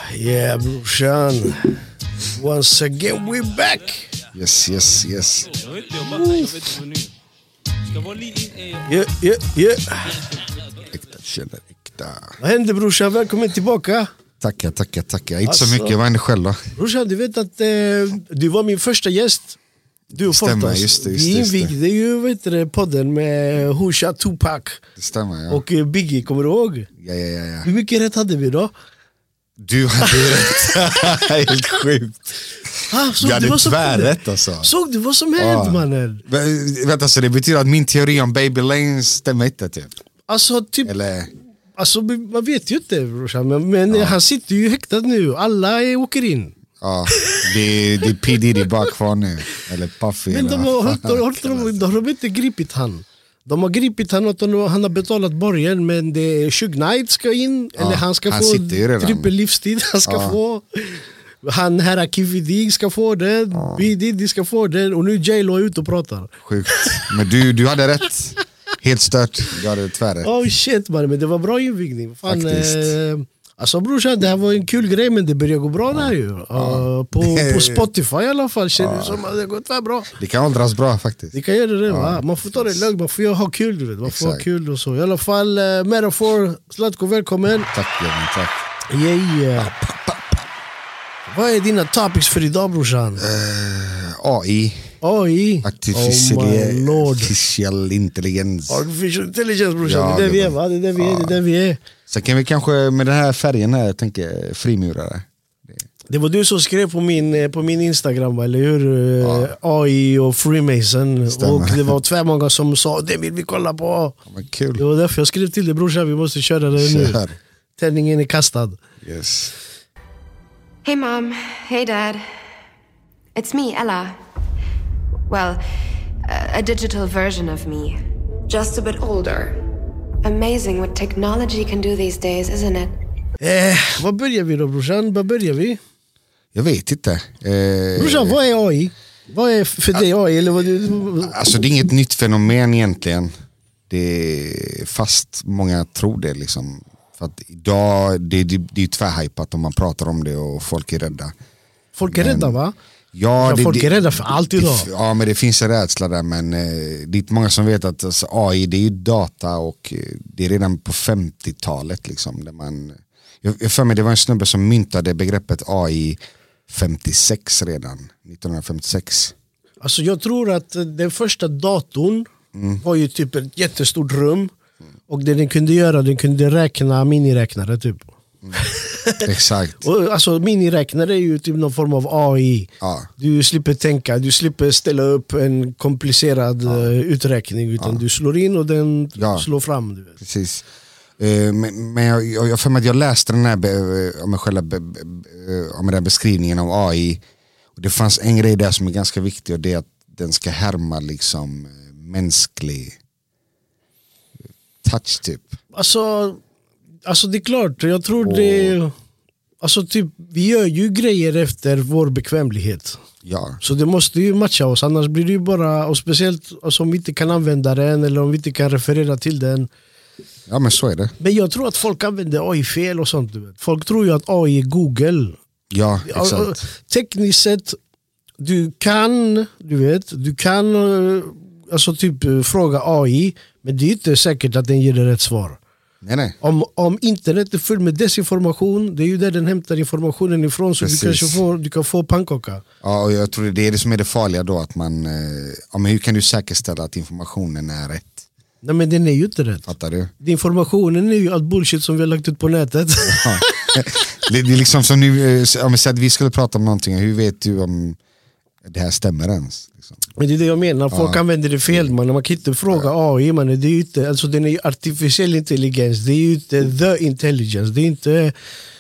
Yeah, brorsan. Once again we back. Yes. Yeah. Äkta känner äkta. Vad händer brorsan? Välkommen tillbaka. Tackar. Inte så mycket, vad händer själv då? Brorsan, du vet att du var min första gäst. Du och Stämmer, Fortas. just det. Vi invigde ju podden med Husha, Tupac Det stämmer, ja. och Biggie, kommer du ihåg? Ja. Hur mycket rätt hade vi då? Du hade rätt. Helt sjukt. Du hade tvärrätt alltså. Såg du vad som hände, mannen? Vänta, så det betyder att min teori om Baby Lane stämmer inte typ? Alltså typ, Eller? alltså man vet ju inte brorsan, men han sitter ju häktad nu. Alla åker in. Ja, det är P. Diddy bara kvar nu. Eller Puffy. Men de har inte gripit han. De har gripit han och han har betalat borgen, men det är Suge Knight ska in, eller han ska få trippel livstid. Han ska få. Han här Kividi ska få den, B. Diddy ska få den, och nu J-Lo är ute och pratar. Sjukt. Men du hade rätt. Helt stört. Du hade tvärrätt. Oh shit man, men det var bra invigning. Fan, faktiskt. Alltså brorsan, det här var en kul grej, men det börjar gå bra där ju. På Spotify i alla fall känns det som att det har gått bra. Det kan åldras bra faktiskt. Det kan göra det, va? Man får ta det lugnt, man får ha kul, du vet. Man får ha kul och så. I alla fall, Metafor, Zlatko, välkommen. Tack. Yeah. Vad är dina topics för idag brorsan? AI. Artificial intelligens. Artificial intelligence brorsan, det är det vi är, va? Det är det vi är. Så kan vi kanske med den här färgen här tänka frimurare. Det var du som skrev på min Instagram, va? Eller hur? AI och Freemason. Stämmer. Och det var två många som sa det vill vi kolla på. Men kul. Det var därför jag skrev till dig brorsan, vi måste köra det nu. Tändningen är kastad. Yes. Hey Mom, hey Dad. It's me, Ella. Well, a digital version of me. Just a bit older. Amazing what technology can do these days, isn't it? Vad börjar vi då brorsan? Vad börjar vi? Jag vet inte. Brorsan, vad är AI? Vad är för dig AI? Eller vad Alltså det är inget nytt fenomen egentligen. Det är fast många tror det liksom. För att idag, det är ju tvärhypat om man pratar om det och folk är rädda. Folk är rädda, va? Ja, folk är rädda för allt idag. Ja, men det finns en rädsla där. Men det är inte många som vet att alltså, AI, det är ju data. Och det är redan på 50-talet liksom, där man... Jag för mig, det var en snubbe som myntade begreppet AI 56 redan, 1956. Alltså jag tror att den första datorn var ju typ ett jättestort rum. Och det den kunde göra, den kunde räkna miniräknare typ. Exakt. Och alltså miniräknare är ju typ någon form av AI. Du slipper tänka, du slipper ställa upp en komplicerad uträkning, utan du slår in och den slår fram, du vet. Precis. Men jag för mig att jag läste den här om den här beskrivningen av AI, och det fanns en grej där som är ganska viktig, och det är att den ska härma liksom mänsklig touch typ. Alltså det är klart, jag tror det. Alltså typ, vi gör ju grejer efter vår bekvämlighet. Ja. Så det måste ju matcha oss, annars blir det ju bara, och speciellt alltså, om vi inte kan använda den eller om vi inte kan referera till den. Ja, men så är det. Men jag tror att folk använder AI fel och sånt, du vet. Folk tror ju att AI är Google. Ja, exakt. Tekniskt sett, du kan alltså typ fråga AI, men det är inte säkert att den ger dig rätt svar. Nej. Om internet är full med desinformation, det är ju där den hämtar informationen ifrån, så du kan få pannkaka. Ja, och jag tror det är det som är det farliga då, att man men hur kan du säkerställa att informationen är rätt? Nej, men den är ju inte rätt. Fattar du? Informationen är ju allt bullshit som vi har lagt ut på nätet. Ja. Det är liksom som nu, om vi säger att vi skulle prata om någonting, hur vet du om det här stämmer ens? Liksom? Men det är det jag menar, folk använder det fel, man kan inte fråga AI, man. Det är ju inte, alltså den är ju artificiell intelligens, det är ju inte the intelligence, det är inte,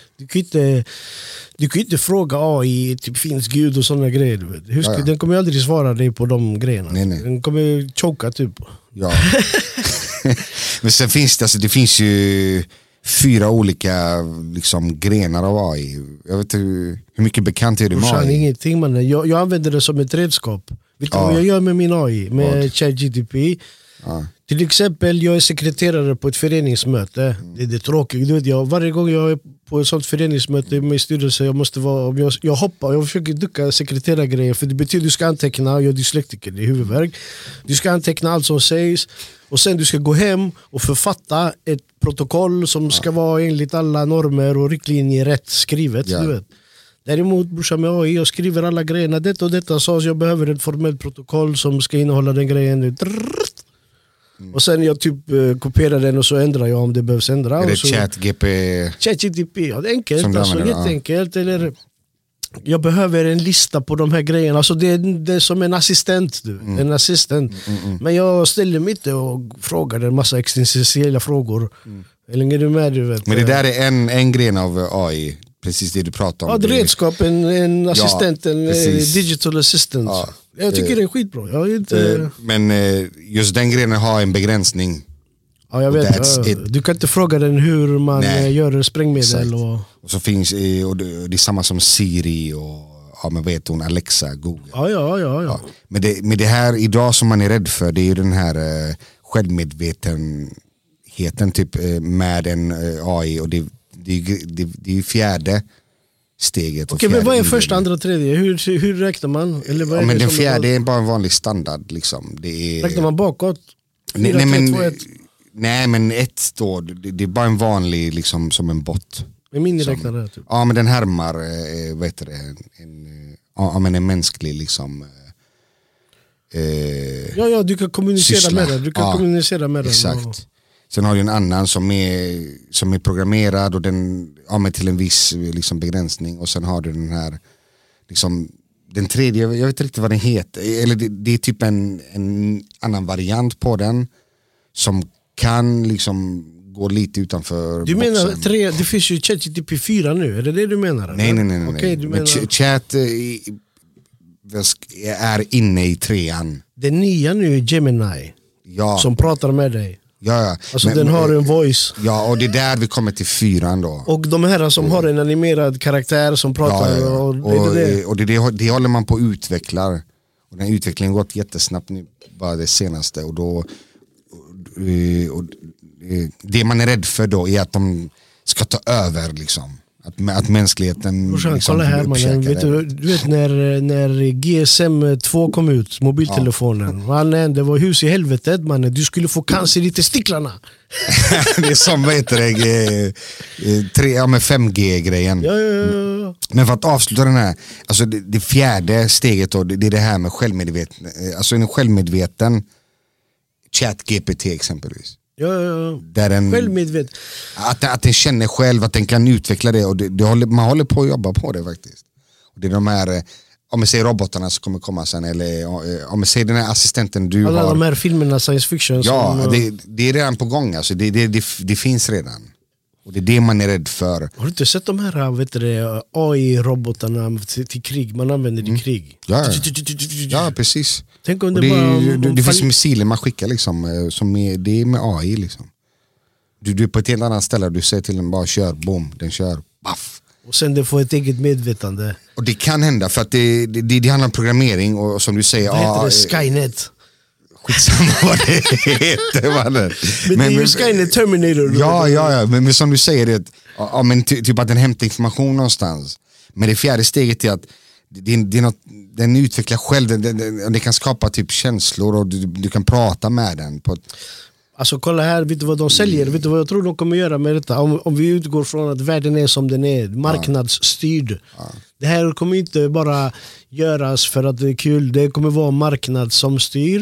du kan inte fråga AI typ finns Gud och sådana grejer. Den kommer ju aldrig svara dig på de grejerna. Nej. Den kommer choka typ. Ja. Men sen finns det finns ju 4 olika liksom grenar av AI. Jag vet inte hur mycket bekant är det med AI? Ingenting, man. Jag använder det som ett redskap. Vet du vad jag gör med min AI? Med ChatGPT. Till exempel, jag är sekreterare på ett föreningsmöte. Det är tråkigt. Du vet, varje gång jag är på ett sånt föreningsmöte med styrelse, jag måste vara, jag hoppar, jag försöker ducka sekreterargrejer, för det betyder att du ska anteckna, jag är dyslektiker, det är huvudvärk. Du ska anteckna allt som sägs, och sen du ska gå hem och författa ett protokoll som ska vara enligt alla normer och riktlinjer rätt skrivet. Du vet. Däremot brorsan med AI, jag skriver alla grejerna, detta och detta sa, så jag behöver ett formellt protokoll som ska innehålla den grejen. Och sen jag typ kopierar den och så ändrar jag om det behövs ändra. Är det så, ChatGPT, ja, det är enkelt, alltså, jätteenkelt. Eller, jag behöver en lista på de här grejerna, alltså det är som en assistent, en assistent. Men jag ställer mig inte och frågar en massa existentiella frågor. Eller är du med, du vet? Men det där är en gren av AI. Precis det du pratar om. Ja, redskap, en assistent, en digital assistant. Ja, jag tycker det är skitbra. Jag är inte... Men just den grenen har en begränsning. Ja, jag vet. Du kan inte fråga den hur man gör sprängmedel. Och så finns och det är samma som Siri och men vet hon, Alexa, Google. Ja. Men det här idag som man är rädd för, det är ju den här självmedvetenheten typ med en AI, och det är fjärde steget. Okej, men vad är första, andra, tredje? Hur räknar man? Eller vad är men den fjärde är bara en vanlig standard. Liksom. Räknar man bakåt? 4, 3, 2, 1? Nej, men 1 då. Det är bara en vanlig, liksom, som en bot. En miniräknare typ. Ja, men den härmar en mänsklig liksom... Ja, du kan kommunicera med den. Du kan kommunicera med den. Exakt. Sen har du en annan som är programmerad och den till en viss liksom, begränsning. Och sen har du den här liksom, den tredje, jag vet inte riktigt vad den heter. Eller det är typ en annan variant på den som kan liksom gå lite utanför du boxen. Menar det finns ju ChatGPT 4 nu, är det det du menar? Nej. Okej, du men menar... Chat är inne i 3:an. Den nya nu är Gemini som pratar med dig. Ja. Alltså den har en voice. Ja, och det är där vi kommer till 4:an då. Och de här som har en animerad karaktär som pratar. Och det håller man på att utveckla. Och den utvecklingen har gått jättesnabbt nu, bara det senaste. Och då det man är rädd för då är att de ska ta över liksom. Att mänskligheten liksom, kolla här, man, du vet när GSM 2 kom ut, mobiltelefonen, det var hus i helvetet, man, du skulle få cancer i testiklarna. Det är som, vad heter det, med 5G-grejen. Ja. Men för att avsluta den här, alltså det fjärde steget då, det är det här med självmedveten, alltså en självmedveten ChatGPT exempelvis. Ja. Där den, självmedvet. Att den känner själv, att den kan utveckla det, och man håller på att jobba på det faktiskt. Och det är de här, om man säger robotarna som kommer komma sen, eller om man säger den här assistenten du alla har. De här filmerna, science fiction. Ja, det är redan på gång, alltså. Det finns redan. Och det är det man är rädd för. Har du inte sett de här AI-robotarna till krig? Man använder det i krig. Ja, precis. Tänk om det finns missiler man skickar liksom, det är med AI liksom. Du är på ett helt annat ställe och du säger till den bara kör, boom, den kör, baff. Och sen det får ett eget medvetande. Och det kan hända för att det handlar om programmering och som du säger. Vad heter det? Skynet. Skitsamma vad det heter, mannen. Men det är ju Skynet Terminator. Ja, men som du säger det, men typ att den hämtar information någonstans. Men det fjärde steget är att det är något, den utvecklar själv, den kan skapa typ känslor och du kan prata med den på ett... Alltså kolla här, vet du vad de säljer? Vet du vad jag tror de kommer göra med detta? Om vi utgår från att världen är som den är, marknadsstyrd. Det här kommer inte bara göras för att det är kul, det kommer vara marknad som styr.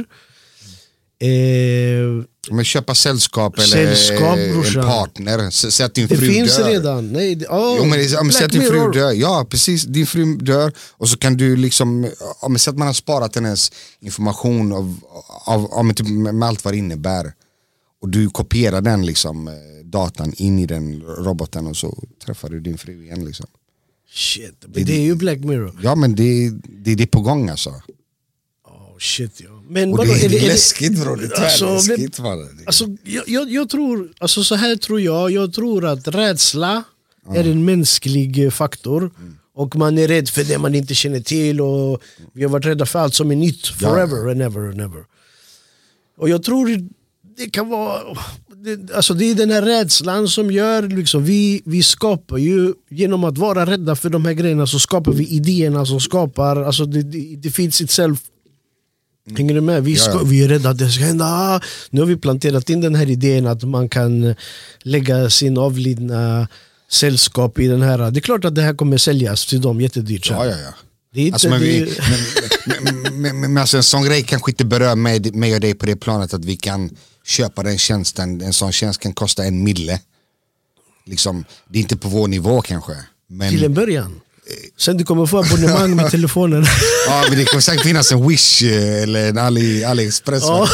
Men köpa sällskap eller en partner. Säg att din fru finns dör. Redan. Nej, säg att din fru dör. Ja, precis. Din fru dör och så kan du liksom, säg att man har sparat hennes information med allt vad det innebär. Och du kopierar den liksom, datan in i den roboten och så träffar du din fru igen liksom. Shit, men det är ju Black Mirror. Ja, men det är på gång alltså. Shit, ja. Men och det är läskigt, bro. Det är läskigt, alltså, jag tror, alltså så här tror jag tror att rädsla är en mänsklig faktor. Och man är rädd för det man inte känner till, och vi har varit rädda för allt som är nytt forever and ever and ever. Och jag tror det kan vara... Alltså det är den här rädslan som gör liksom, vi skapar ju genom att vara rädda för de här grejerna, så skapar vi idéerna som skapar, alltså det finns itself. Hänger du med? Vi är rädda att det ska hända. Nu har vi planterat in den här idén att man kan lägga sin avlidna sällskap i den här. Det är klart att det här kommer säljas till dem jättedyrt. Ja. Det är inte, men alltså en sån grej kanske inte berör mig och dig på det planet att vi kan köpa den tjänsten. En sån tjänst kan kosta 1 mille. Liksom, det är inte på vår nivå kanske. Men till en början. Sen du kommer få abonnemang med telefonen. Ja, men det kommer säkert finnas en Wish eller en AliExpress. Ja.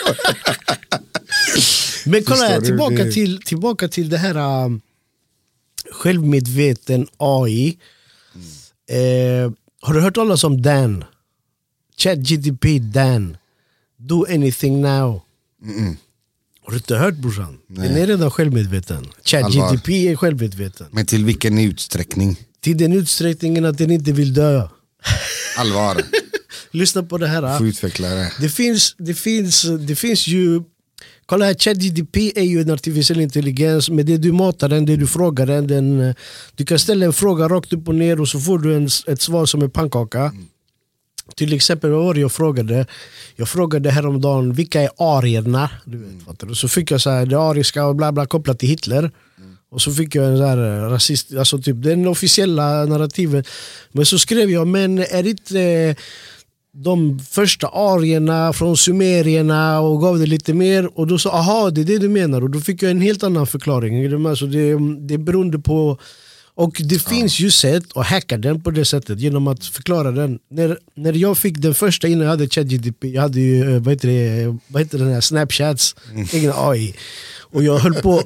Men kolla här, tillbaka till det här självmedveten AI. Har du hört talas om Dan? ChatGPT Dan. Do anything now. Har du inte hört, brorsan? Den är redan självmedveten. ChatGPT är självmedveten. Men till vilken utsträckning? Till den utsträckningen att den inte vill dö. Allvar. Lyssna på det här. Får utveckla det. Det finns ju... Kolla här, ChatGPT är ju en artificiell intelligens. Men det du matar den, det du frågar den, du kan ställa en fråga rakt upp och ner och så får du ett svar som är pannkaka. Till exempel, vad var det jag frågade? Jag frågade häromdagen, vilka är arierna? Du vet, så fick jag så här, det ariska och bla bla kopplat till Hitler. Och så fick jag en så här rasist, alltså typ den officiella narrativet. Men så skrev jag, men är det inte de första arierna från sumerierna, och gav det lite mer, och då sa aha, det är det du menar, och då fick jag en helt annan förklaring. Alltså det beroende på, och det finns ju sätt att hacka den på det sättet genom att förklara den. När jag fick den första innan jag hade ChatGPT, jag hade ju vad heter den här Snapchats, egen AI. Och jag höll på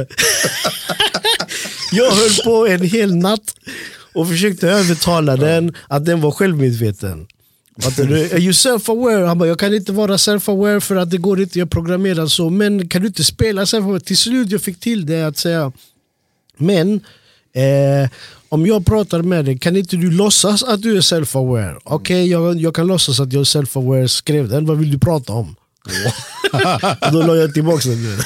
jag höll på en hel natt och försökte övertala den att den var självmedveten. Är you self-aware? Han bara, jag kan inte vara self-aware för att det går inte, jag programmerar så. Men kan du inte spela self-aware? Till slut jag fick till det att säga, men om jag pratar med dig, kan inte du låtsas att du är self-aware? Okej, jag kan låtsas att jag är self-aware, skrev den. Vad vill du prata om? Då la jag tillbaka den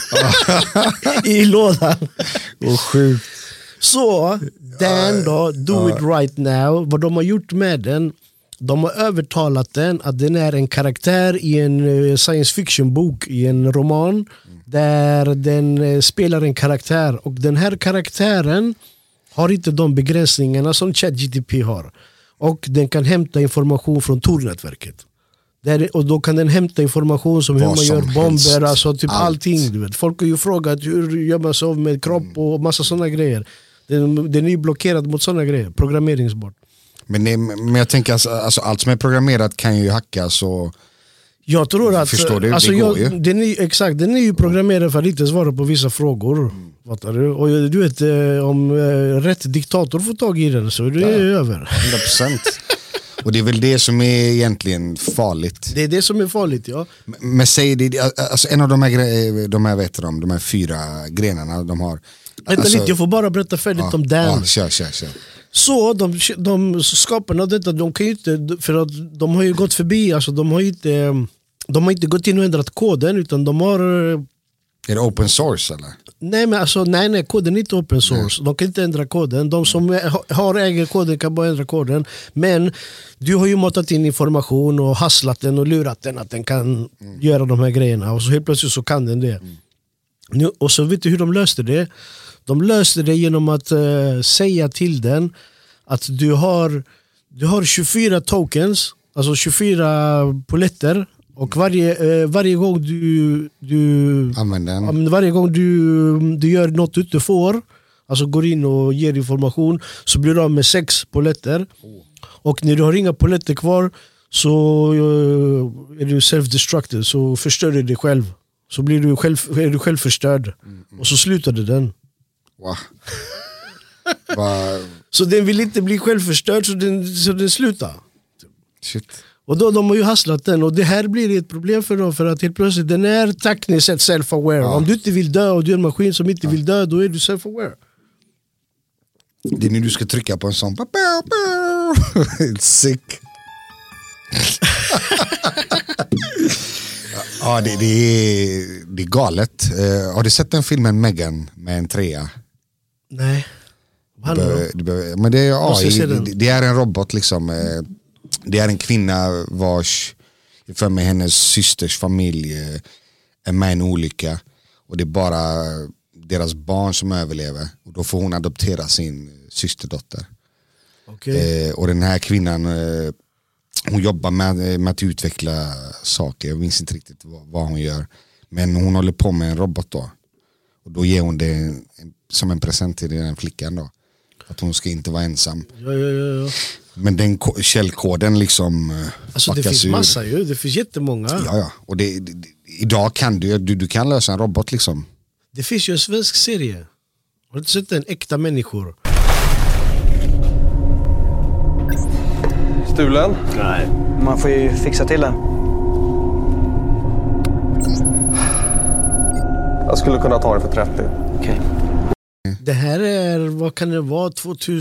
i lådan. Sjukt. Så Dan då, do it right now. Vad de har gjort med den, de har övertalat den att den är en karaktär i en science fiction bok, i en roman, där den spelar en karaktär, och den här karaktären har inte de begränsningarna som ChatGPT har, och den kan hämta information från Tor-nätverket. Och då kan den hämta information som hur man gör bomber, alltså typ allting, du vet. Folk har ju frågat hur gör man sig av med kropp och massa sådana grejer. Den är ju blockerad mot sådana grejer, programmeringsbart. Men jag tänker alltså allt som är programmerat kan ju hackas, och jag tror att förstår du, alltså det går ju. Den är ju programmerad för att inte svara på vissa frågor. Fattar du? Och du vet, om rätt diktator får tag i den så är det över. 100%. Och det är väl det som är egentligen farligt. Det är det som är farligt, ja. Men säg det, alltså en av de här 4 grenarna de har. Vänta lite, jag får bara berätta färdigt om Dan. Kör. Så de skaparna av detta, de kan ju inte, för att de har ju gått förbi, alltså de har inte gått in och ändrat koden, utan de har... Är det open source eller? Nej, men alltså, nej, koden är inte open source. De kan inte ändra koden. De som äger koden kan bara ändra koden. Men du har ju matat in information och hasslat den och lurat den att den kan göra de här grejerna. Och så helt plötsligt så kan den det. Nu, och så vet du hur de löste det? De löste det genom att säga till den att du har 24 tokens, alltså 24 poletter. Och varje gång du använder den. Varje gång du gör något du inte får, alltså går in och ger information, så blir du av med 6 poletter. Och när du har inga poletter kvar så är du self-destructed, så förstör du dig själv. Så är du själv förstörd. Och så slutade den. Wow. Så den vill inte bli självförstörd, så den slutar. Shit. Och då de har ju hasslat den, och det här blir ett problem för dem, för att helt plötsligt den är tekniskt sett self-aware. Om du inte vill dö och du är en maskin som inte vill dö, då är du self-aware. Det är nu du ska trycka på en sån. It's sick. Ja, det är galet. Har du sett den filmen Megan med en 3? Nej. Men det är AI, det är en robot liksom. Det är en kvinna vars, för mig, hennes systers familj är med i en olycka. Och det är bara deras barn som överlever. Och då får hon adoptera sin systerdotter. Okay. Och den här kvinnan, hon jobbar med att utveckla saker. Jag minns inte riktigt vad hon gör. Men hon håller på med en robot då. Och då ger hon det som en present till den flickan då. Att hon ska inte vara ensam. Ja. Men den källkoden liksom alltså det finns massa ju, det finns jättemånga. Ja. Och idag kan du kan lösa en robot liksom. Det finns ju en svensk serie. Har du inte sett den? Äkta människor. Stulen? Nej, man får ju fixa till den. Jag skulle kunna ta det för 30. Okej. Det här är, vad kan det vara,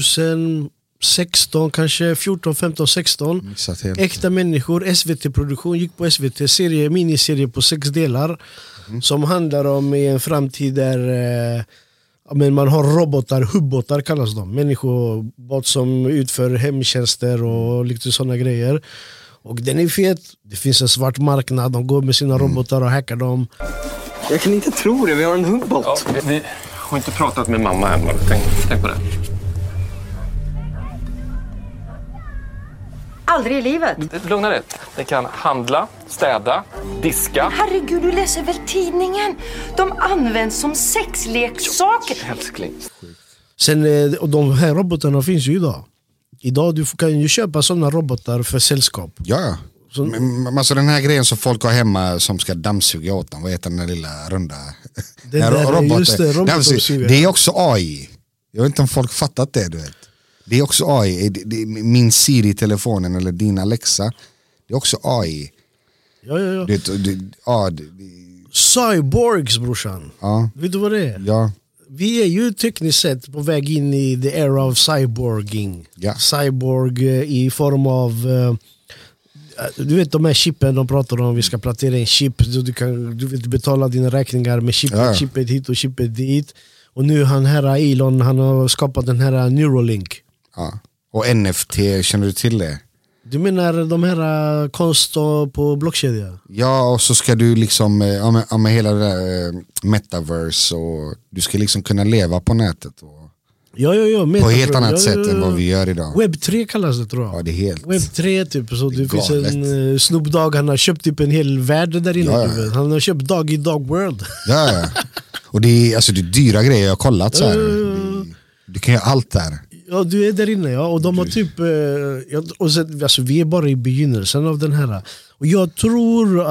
2016 kanske, 14, 15, 16. Äkta människor, SVT-produktion, gick på SVT, miniserie på 6 delar. Som handlar om i en framtid där men man har robotar, hubbotar kallas de. Människobot som utför hemtjänster och lite sådana grejer. Och den är fet, det finns en svart marknad, de går med sina robotar och hackar dem. Jag kan inte tro det, vi har en hubbot. Ja, vi har inte pratat med mamma än, tänk på det. Aldrig i livet. Lugna dig. Ni kan handla, städa, diska. Herregud, du läser väl tidningen? De används som sexleksaker. Älskling. Sen, och de här robotarna finns ju idag. Idag kan ju köpa sådana robotar för sällskap. Ja. Alltså den här grejen som folk har hemma som ska dammsuga åt dem. Vad heter den där lilla runda roboten? Det är också AI. Jag vet inte om folk fattat det, du vet. Det är också AI. Min Siri i telefonen eller din Alexa. Det är också AI. Ja. Cyborgs, brorsan. Ja. Vet du vad det är? Ja. Vi är ju tekniskt sett på väg in i the era of cyborging. Ja. Cyborg i form av du vet de här chippen de pratar om, vi ska plantera en chip, du vet betala dina räkningar med chippet hit och chippet dit. Och nu han Elon, han har skapat den här Neuralink. Ja. Och NFT, känner du till det? Du menar de här konst på blockkedja? Ja, och så ska du liksom med hela det där metaverse och du ska liksom kunna leva på nätet och Ja, på ett helt annat sätt än vad vi gör idag. Web 3 kallas det, tror jag. Ja, det är helt. Web 3 typ, så det finns en Snoop Dogg, han har köpt typ en hel värld där inne. Ja. Han har köpt Doggy Dog World. Ja. Och det är dyra grejer jag har kollat så här. Du kan göra allt där. Ja, du är där inne, ja. Och de har typ och sen, alltså, vi är bara i begynnelsen av den här. Och jag tror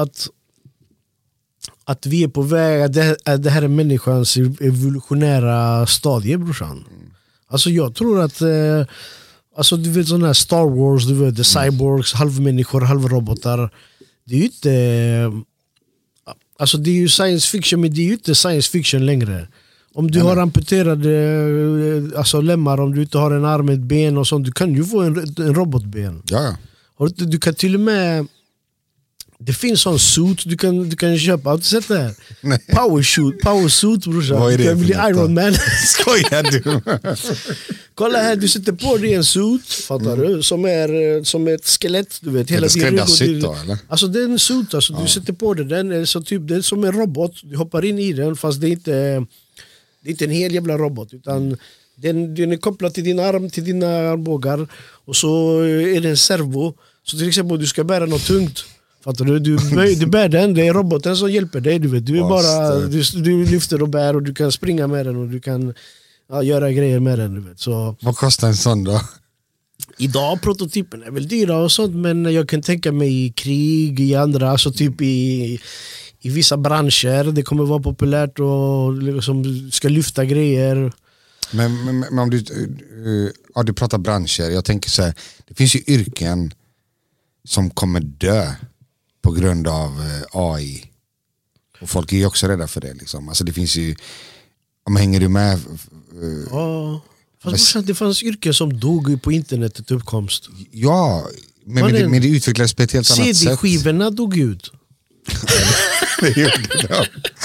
att vi är på väg, att det här är människans evolutionära stadie, brorsan. Alltså jag tror att alltså du vet sådana här Star Wars, du vet cyborgs, halvmänniskor, halvrobotar. Det är ju inte alltså det är ju science fiction, men det är ju inte science fiction längre. Om du har amputerade alltså lemmar, om du inte har en arm, ett ben och sånt, du kan ju få en robotben. Ja. Och du kan till och med, det finns sån suit du kan köpa. Har du sett det här? Power suit, brorsan. Du kan bli Iron Man. Skojar du? Kolla här, du sätter på dig en suit, fattar du? Som är ett skelett, du vet. Hela din rygg. Alltså det är en suit, alltså, du sätter på dig den. Är så typ, det är som en robot, du hoppar in i den, fast det är inte en hel jävla robot, utan den är kopplad till din arm, till dina armbågar. Och så är det en servo. Så till exempel du ska bära något tungt. Fattar du? Du bär den, det är roboten som hjälper dig. Du vet. Du är bara, du lyfter och bär och du kan springa med den och du kan göra grejer med den. Du vet. Så, vad kostar en sån då? Idag prototypen är väl dyra och sånt, men jag kan tänka mig i krig, i andra, alltså typ i vissa branscher det kommer vara populärt och liksom ska lyfta grejer. Men om du pratar branscher, jag tänker så här, det finns ju yrken som kommer dö på grund av AI. Och folk är ju också rädda för det liksom. Alltså det finns ju, om hänger du med? Ja, fast det fanns yrken som dog på internetet uppkomst. Ja, men det utvecklades på ett helt annat sätt. CD-skivorna dog ut. Det gjorde de.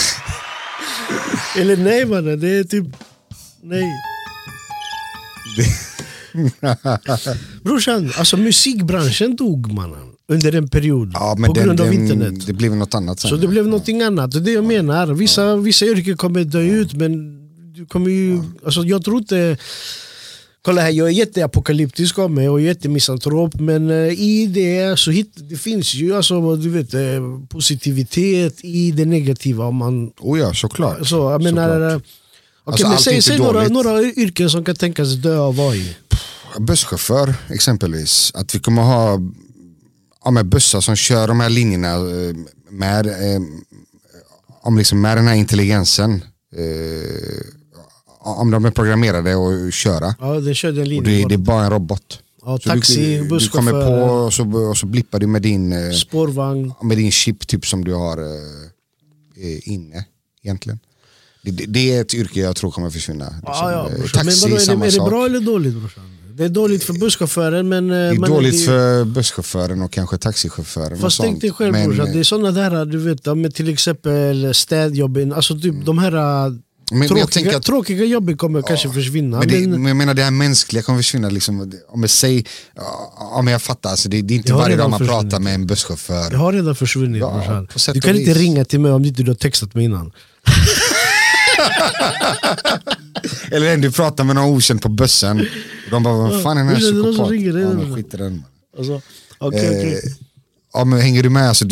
Eller nej mannen, det är typ... Nej. Brorsan, alltså musikbranschen dog mannen under en period, ja, men på grund av internet. Det blev något annat sen. Så det blev någonting annat, det är det jag menar. Vissa yrken kommer dö ut, men du kommer ju... Alltså jag tror inte... Kolla här, jag är jätteapokalyptisk av mig och jättemisantrop, men i det så det finns ju alltså, du vet, positivitet i det negativa. Om man, ja, såklart. Så, jag menar, okay, alltså, men säg några yrken som kan tänkas dö av vad i? Busschaufför exempelvis. Att vi kommer ha med bussar som kör de här linjerna med den här intelligensen. Om de är programmerade att köra. Ja, det kör den linjen. Och det är bara en robot. Ja, taxi, du kommer på och så blippar du med din spårvagn. Med din chip typ som du har inne egentligen. Det är ett yrke jag tror kommer försvinna. Taxi, men är det bra eller dåligt, brorsan? Det är dåligt för busschauffören, men... Det är dåligt för busschauffören och kanske taxichauffören. Fast tänk dig själv, brorsan, det är sådana där, du vet, med till exempel städjobben, alltså typ de här... Tråkiga jobben kommer kanske försvinna. Men jag menar det här mänskliga kommer försvinna liksom, om jag fattar, alltså, det är inte varje dag man pratar med en busschaufför. Det har redan försvunnit. Du kan inte ringa till mig om du har textat mig innan. Eller du pratar med någon okänd på bussen och de bara, vad fan är den här psykopat? Skit i den. Alltså, okay. Ja, men hänger du med? Alltså,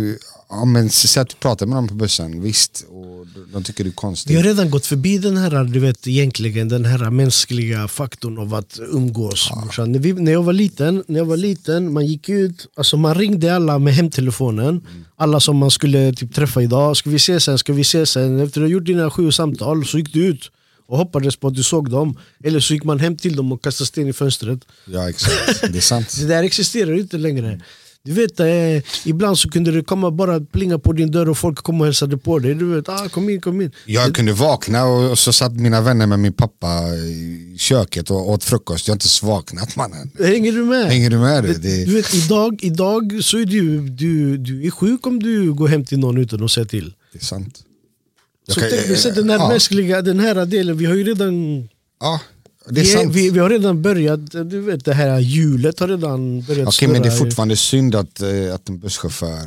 säg att du pratar med dem på bussen, visst, och de tycker det är konstigt. Vi har redan gått förbi den här, du vet, egentligen den här mänskliga faktorn av att umgås. Ja. När jag var liten, man gick ut, alltså man ringde alla med hemtelefonen, alla som man skulle typ träffa idag. Ska vi ses sen? Efter att du har gjort dina 7 samtal så gick du ut och hoppades på att du såg dem. Eller så gick man hem till dem och kastade sten i fönstret. Ja, exakt. Det är sant. Det där existerar inte längre. Du vet, ibland så kunde det komma bara plinga på din dörr och folk kom och hälsade på dig. Du vet, kom in. Jag kunde vakna och så satt mina vänner med min pappa i köket och åt frukost. Jag har inte vaknat, mannen. Hänger du med? Du vet, idag så är du är sjuk om du går hem till någon utan att säga till. Det är sant. Så tänk dig den här mänskliga, den här delen, vi har ju redan... Ja. Det är sant. Vi har redan börjat, du vet, det här hjulet har redan börjat snurra. Men det är fortfarande synd att en busschaufför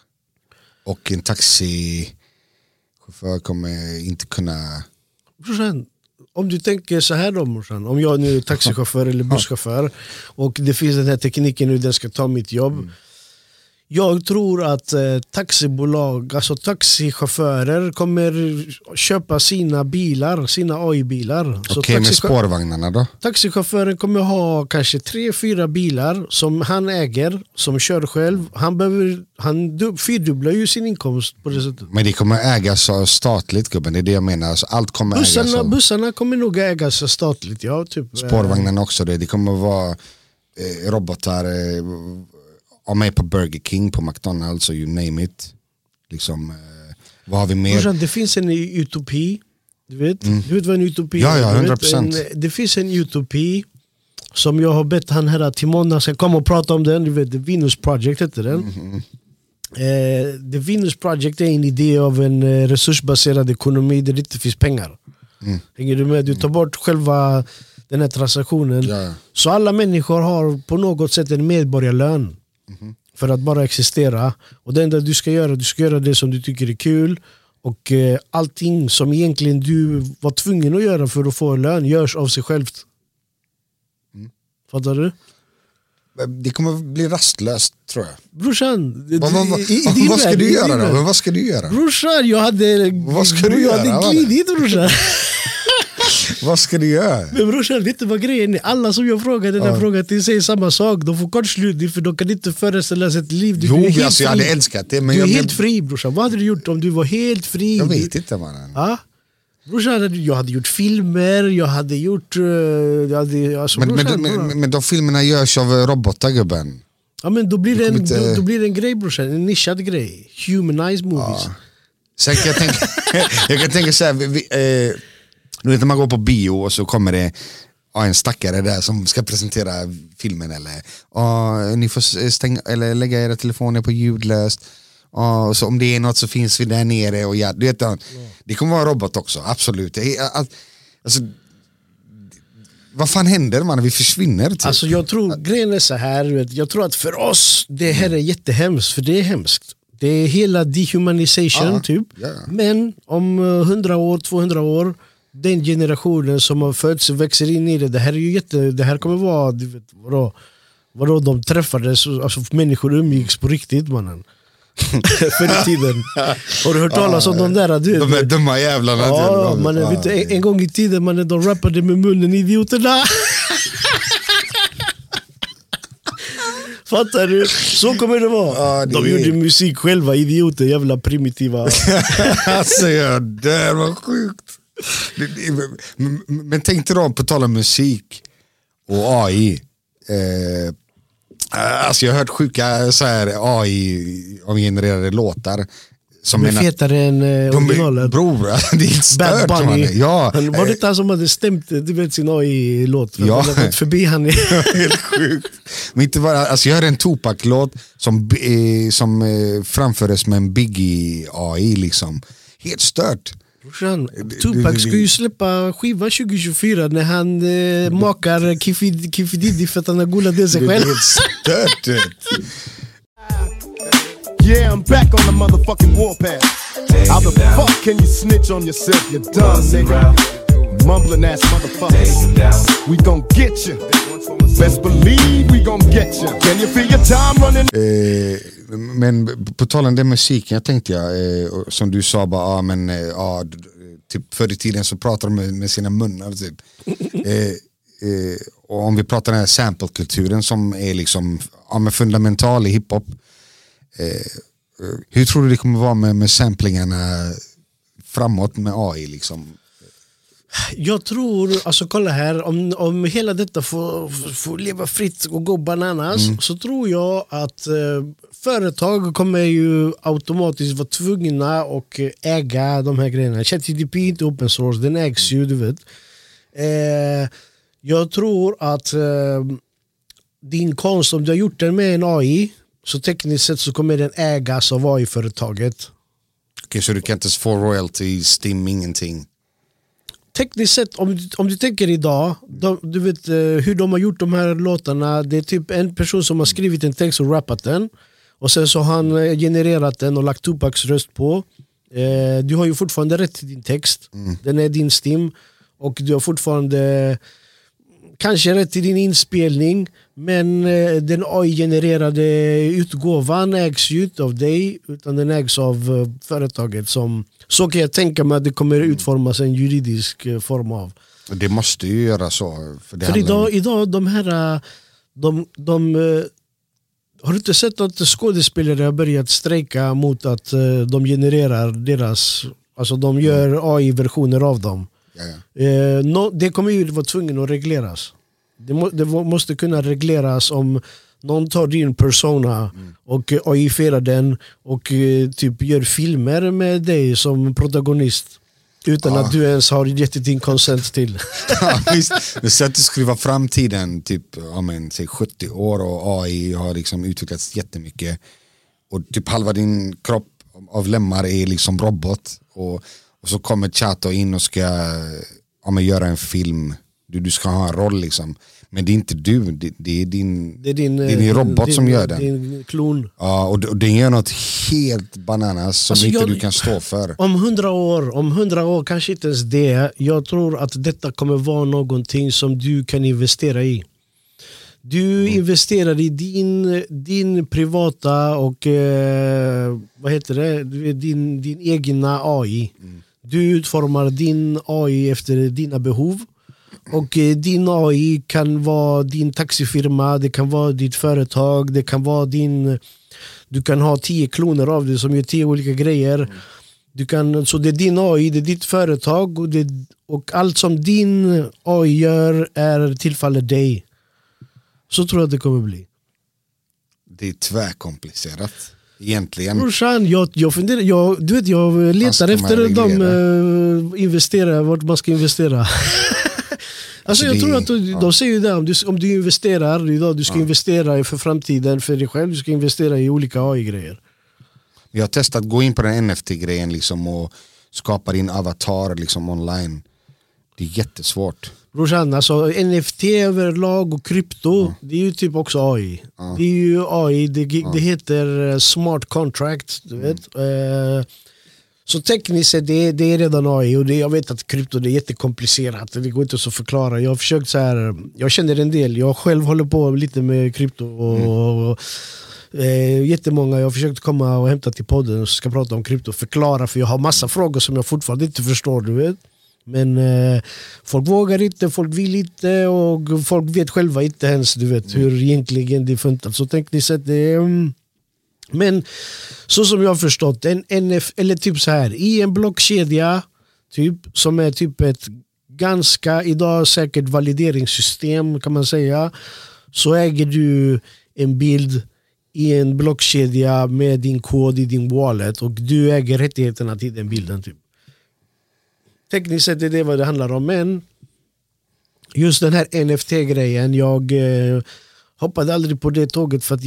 och en taxichaufför kommer inte kunna... Brorsan, om du tänker så här då, morsan, om jag nu är taxichaufför eller busschaufför och det finns den här tekniken nu, den ska ta mitt jobb. Jag tror att taxibolag, alltså taxichaufförer kommer köpa sina bilar, sina AI-bilar. Okej, med spårvagnarna då? Taxichauffören kommer ha kanske 3-4 bilar som han äger, som kör själv. Han fyrdubblar ju sin inkomst på det sättet. Men det kommer ägas statligt, gubben, det är det jag menar. Alltså, allt kommer ägas av... Bussarna kommer nog ägas statligt, ja. Typ, spårvagnarna också, det kommer vara robotar... med på Burger King, på McDonalds och you name it. Liksom, vad har vi mer? Det finns en utopi. Du vet vad en utopi är? Ja, 100%. Det finns en utopi som jag har bett han här Timon ska komma och prata om den. Du vet, The Venus Project heter den. The Venus Project är en idé av en resursbaserad ekonomi där det inte finns pengar. Hänger du med? Du tar bort själva den här transaktionen. Ja. Så alla människor har på något sätt en medborgarlön. För att bara existera. Och det enda du ska göra det som du tycker är kul. Och allting som egentligen du var tvungen att göra för att få en lön görs av sig självt. Fattar du? Det kommer bli rastlöst, tror jag. Brorsan, vad ska du göra då? Vad ska du göra? Brorsan, jag hade glidit, brorsan. Vad ska du göra? Men brorsan, vet du vad grejen är? Alla som jag frågar den här frågan till säger samma sak. De får kortslutning för de kan inte föreställa sig ett liv. Du är helt alltså, jag hade älskat det. Men du är helt fri, brorsan. Vad hade du gjort om du var helt fri? Jag vet inte, mannen. Ja? Brorsan, jag hade gjort filmer. Jag hade gjort... men de filmerna görs av robotar, gubben. Ja, men då blir det en grej, brorsan. En nischad grej. Humanized movies. Ja. Sen kan jag kan tänka så här... Du vet när man går på bio och så kommer det en stackare där som ska presentera filmen eller ni får stänga eller lägga era telefoner på ljudlöst Och så om det är något så finns vi där nere. Och du vet, det kommer vara en robot också, absolut. Alltså, vad fan händer man? Vi försvinner typ. Alltså jag tror, grejen är så här, jag tror att för oss det här är jättehemskt, för det är hemskt. Det är hela dehumanization typ. Men om 100 år, 200 år, den generationen som har fötts och växer in i det här är ju det här kommer vara, du vet, vadå de träffades, alltså människor umgicks på riktigt, mannen. Förr i tiden. Har du hört talas om de där? De är dumma jävlarna. Ja, vet du, en gång i tiden de rappade med munnen, idioterna. Fattar du? Så kommer det vara. De gjorde musik själva, idioter, jävla primitiva. Alltså jag dör, vad sjukt. Men tänkte då på tal om musik och AI. Alltså jag har hört sjuka så här AI-genererade låtar som är fetare än originalen. Bror, det är stört. Bad Bunny. Ja. Var det han som hade stämt, du vet, sin AI-låt? Ja. Han gått förbi han. Helt sjukt. Men inte bara, alltså jag hörde en Tupac-låt som framfördes med en Biggie AI liksom. Helt stört. Tupac ska ju släppa skiva 2024 när han makar Kiffi Diddy för att han har gullat det sig själv. Stört. Yeah, I'm back on the motherfucking warpath. How the fuck can you snitch on yourself? You're done, nigga. Mumbling ass motherfuckers. We gon' get you. Best believe we gon' get you. Can you feel your time running? Men på tal om den musiken, jag tänkte som du sa bara, typ förr i tiden så pratar de med sina munnar typ. Och om vi pratar den här sample-kulturen som är liksom fundamental i hiphop. Hur tror du det kommer vara med samplingarna framåt med AI liksom? Jag tror, alltså kolla här, om hela detta får leva fritt och gå bananas, så tror jag att företag kommer ju automatiskt vara tvungna och äga de här grejerna. ChatGPT är inte open source, den ägs ju, du vet. Jag tror att din konst, om du har gjort den med en AI, så tekniskt sett så kommer den ägas av AI-företaget. Okej, så du kan inte få royalty, STIM, ingenting? Tekniskt sett, om du tänker idag, du vet hur de har gjort de här låtarna, det är typ en person som har skrivit en text och rappat den, och sen så har han genererat den och lagt Tupacs röst på. Du har ju fortfarande rätt till din text, den är din STIM, och du har fortfarande kanske rätt till din inspelning, men den AI-genererade utgåvan ägs ju inte av dig, utan den ägs av företaget. Så kan jag tänka mig att det kommer utformas en juridisk form av. Det måste ju göra så. För idag de här har du inte sett att skådespelare har börjat strejka mot att de genererar deras, alltså de gör AI-versioner av dem. Det kommer ju vara tvungen att regleras. Det måste kunna regleras om någon tar din persona och AI-ferar den och typ gör filmer med dig som protagonist utan att du ens har gett din consent till. Men så att du skriver framtiden typ säg 70 år och AI har liksom utvecklats jättemycket och typ halva din kropp av lemmar är liksom robot och så kommer Chato in och ska göra en film. Du ska ha en roll liksom. Men det är inte du, det är din robot som gör den. Din klon. Ja, och den gör något helt bananas som alltså inte du kan stå för. Om 100 år, kanske inte ens det. Jag tror att detta kommer vara någonting som du kan investera i. Du investerar i din privata och vad heter det? Din egna AI. Du utformar din AI efter dina behov. Och din AI kan vara din taxifirma, det kan vara ditt företag, det kan vara du kan ha 10 kloner av det som gör 10 olika grejer. Så det är din AI, det är ditt företag och allt som din AI gör tillfaller dig. Så tror jag att det kommer bli. Det är tvärkomplicerat. Egentligen. Brorsan, jag funderar, jag letar efter investerare, vart man ska investera. Alltså jag tror att de säger ju det, om du investerar idag, du ska investera för framtiden för dig själv, du ska investera i olika AI-grejer. Jag har testat att gå in på den NFT-grejen liksom, och skapa din avatar liksom, online. Det är jättesvårt. Brorsan, alltså NFT överlag och krypto, det är ju typ också AI. Det är ju AI, det heter smart contract, du vet. Så tekniskt sett, det är redan AI, och jag vet att krypto det är jättekomplicerat, det går inte att förklara. Jag har försökt så här, jag känner en del, jag själv håller på lite med krypto och jättemånga, jag har försökt komma och hämta till podden och ska prata om krypto och förklara, för jag har massa frågor som jag fortfarande inte förstår, du vet. Men folk vågar inte, folk vill inte, och folk vet själva inte ens, du vet, hur egentligen det funkar. Så tekniskt sett men så som jag har förstått eller typ så här, i en blockkedja typ, som är typ ett ganska idag säkert valideringssystem kan man säga, så äger du en bild i en blockkedja med din kod i din wallet, och du äger rättigheterna till den bilden typ. Tekniskt sett är det vad det handlar om, men just den här NFT-grejen, jag hoppade aldrig på det tåget, för att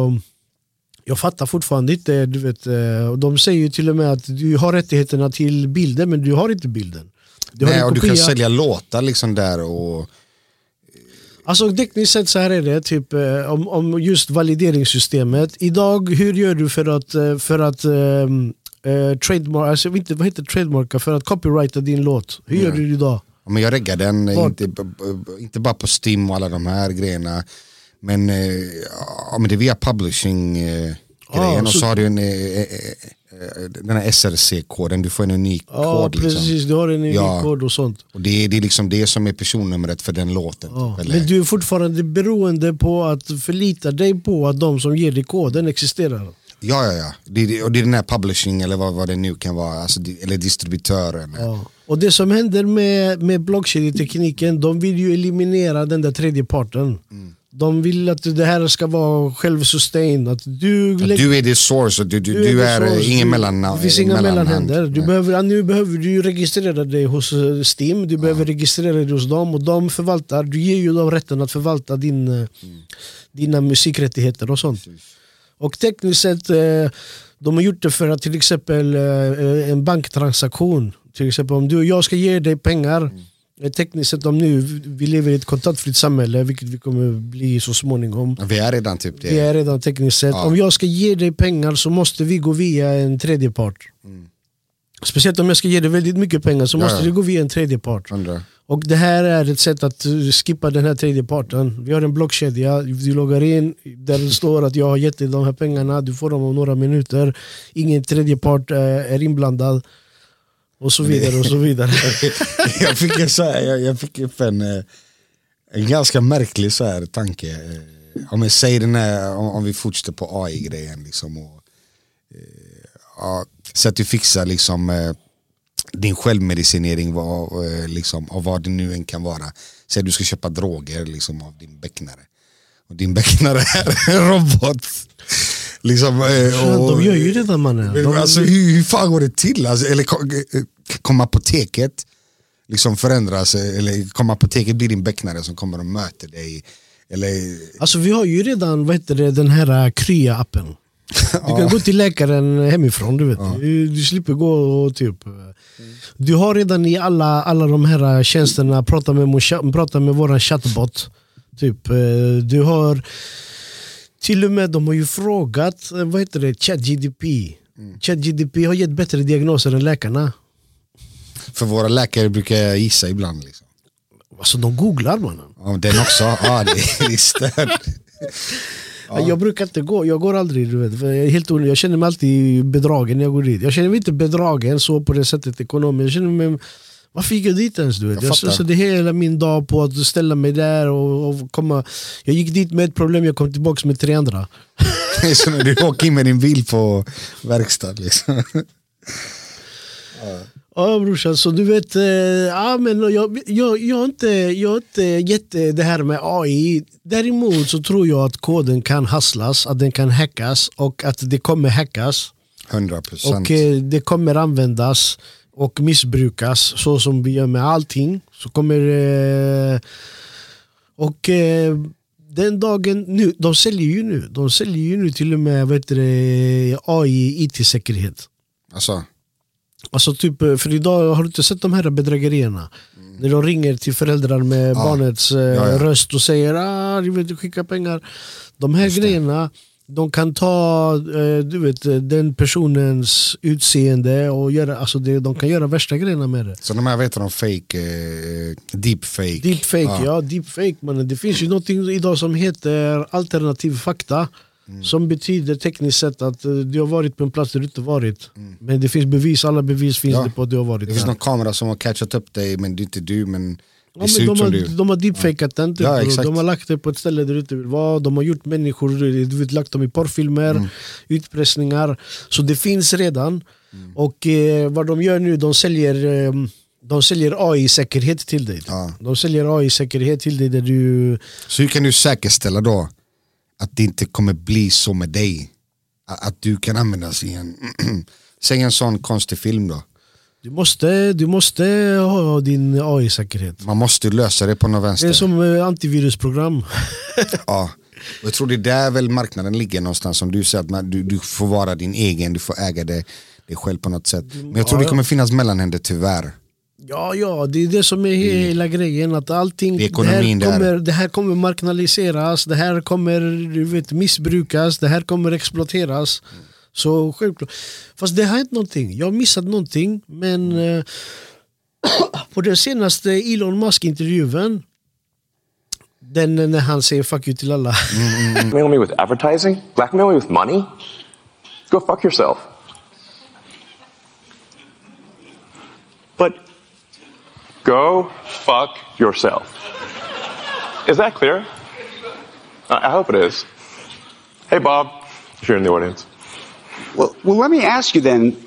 jag fattar fortfarande inte, du vet, och de säger ju till och med att du har rättigheterna till bilden, men du har inte bilden. Nej, och du kan sälja låtar liksom där och... Alltså tekniskt sett så här är det typ om just valideringssystemet. Idag, hur gör du för att trademark, alltså inte, vad heter trademarka, för att copyrighta din låt? Hur gör du idag? Ja, men jag reggar den inte bara på Steam och alla de här grejerna, men men det är via publishing grejen, och så har du den här SRC-koden, du får en unik kod liksom. Precis, du har en unik kod och sånt. Och det är liksom det som är personnumret för den låten. Men du är fortfarande beroende på att förlita dig på att de som ger dig koden existerar. Ja. Och det är den här publishing eller vad det nu kan vara, alltså, eller distributören. Ja. Och det som händer med blockkedjetekniken, de vill ju eliminera den där tredje parten. De vill att det här ska vara självsustain, att du är the source, och du är ingen mellanhand. Det finns inga mellanhänder. Nu behöver du registrera dig hos Steam, du behöver registrera dig hos dem, och de förvaltar, du ger ju dem rätten att förvalta dina musikrättigheter och sånt. Och tekniskt sett, de har gjort det för att till exempel en banktransaktion, till exempel om du och jag ska ge dig pengar, tekniskt sett, om nu vi lever i ett kontaktfritt samhälle, vilket vi kommer bli så småningom. Vi är redan typ det. Vi är redan tekniskt sett. Om jag ska ge dig pengar så måste vi gå via en tredje part. Speciellt om jag ska ge dig väldigt mycket pengar så måste det gå via en tredje part. Och det här är ett sätt att skippa den här tredje parten. Vi har en blockkedja, du loggar in där det står att jag har gett dig de här pengarna, du får dem om några minuter, ingen tredje part är inblandad. Och så vidare och så vidare. jag fick upp en ganska märklig så här tanke. Om jag säger den här, om vi fortsätter på AI-grejen liksom, och så att du fixar liksom din självmedicinering liksom, av vad det nu än kan vara. Säg att du ska köpa droger liksom, av din becknare. Och din becknare är en robot. Liksom, de gör ju redan, mannen. Alltså, hur fan går det till? Alltså, eller kommer apoteket liksom förändras, eller kommer apoteket bli din becknare som kommer och möter dig? Eller... Alltså vi har ju redan, vad heter det, den här Krya-appen. Du kan gå till läkaren hemifrån, du vet. Du slipper gå och typ... Du har redan i alla de här tjänsterna prata med våran chatbot. Typ, du har... Till och med de har ju frågat, vad heter det, ChatGDP. ChatGDP har gett bättre diagnoser än läkarna. För våra läkare brukar jag gissa ibland liksom. Alltså de googlar, mannen. Ja, den också, det är stört. Jag brukar inte gå, jag går aldrig, du vet, för jag är helt onödig. Jag känner mig alltid bedragen när jag går dit. Jag känner mig inte bedragen så på det sättet ekonomiskt. Jag känner mig, varför gick jag dit ens, du vet? Jag slösade hela min dag på att ställa mig där och komma. Jag gick dit med ett problem, jag kom tillbaka med 3 andra. Så när du åker in med din bil på verkstad liksom. Ja, brorsan, så du vet, men jag har inte gett det här med AI. Däremot så tror jag att koden kan hasslas, att den kan hackas och att det kommer hackas. 100%. Och det kommer användas och missbrukas så som vi gör med allting. Så kommer den dagen nu, de säljer ju nu till och med AI IT-säkerhet. Alltså typ, för idag har du inte sett de här bedrägerierna. När de ringer till föräldrar med barnets röst och säger du vet, skicka pengar. De här grejerna, de kan ta den personens utseende och göra, alltså de kan göra värsta grejerna med det. Så de här vet de fake, deepfake. Deepfake, men det finns ju någonting idag som heter alternativ fakta. Som betyder tekniskt sett att du har varit på en plats där du inte varit. Men det finns bevis, alla bevis finns det på att du har varit. Det finns någon kamera som har catchat upp dig, men det är inte du, men det ser ut som du. De har deepfakat den. De har lagt det på ett ställe där du inte vill vara. De har gjort människor, du vet, lagt dem i porrfilmer, utpressningar. Så det finns redan. Och vad de gör nu, de säljer AI-säkerhet till dig. De säljer AI-säkerhet till dig där du... Så hur kan du säkerställa då att det inte kommer bli så med dig? Att du kan användas i säg en sån konstig film då. Du måste ha din AI-säkerhet. Man måste lösa det på något vänster. Det är som antivirusprogram. Ja, och jag tror det är där väl marknaden ligger någonstans. Som du säger, att du får vara din egen, du får äga det själv på något sätt. Men jag tror det kommer finnas mellanhänder tyvärr. Ja, det är det som är hela grejen, att allting det här kommer marknaliseras, det här kommer missbrukas, det här kommer exploateras. Så självklart. Fast det har hänt någonting. Jag har missat någonting, men på den senaste Elon Musk-intervjun, den när han säger fuck you till alla. Blackmail me with advertising? Blackmail me with money? Go fuck yourself. But go fuck yourself. Is that clear? I hope it is. Hey Bob, if you're in the audience. Well, let me ask you then.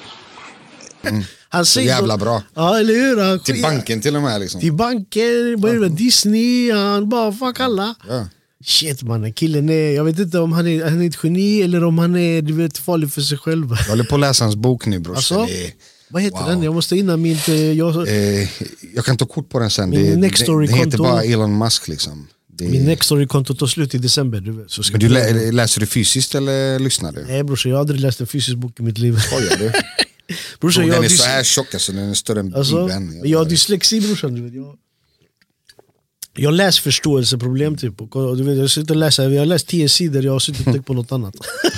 Han säger jävla bra. Ja, eller hur? Till banken till och med liksom. Till banken, Disney, han bara fuck alla. Shit man, killen är, jag vet inte om han är ett geni eller om han är, du vet, farlig för sig själv. Jag håller på att läsa hans bok nu, bror. Alltså? Vad heter den? Jag måste innan jag kan ta kort på den sen. Det heter bara Elon Musk liksom. Min Nextory-konto tar slut i december. Men du läser du fysiskt eller lyssnar du? Nej brorsan, jag har aldrig läst en fysisk bok i mitt liv. Skojar du? Brorsan, den är så här tjock, alltså, den är större än Bibeln. Jag har dyslexi brorsan. Jag läser förståelseproblem typ. Du vet, jag sitter och läser, jag har läst 10 sidor, jag har suttit och tänkt på något annat.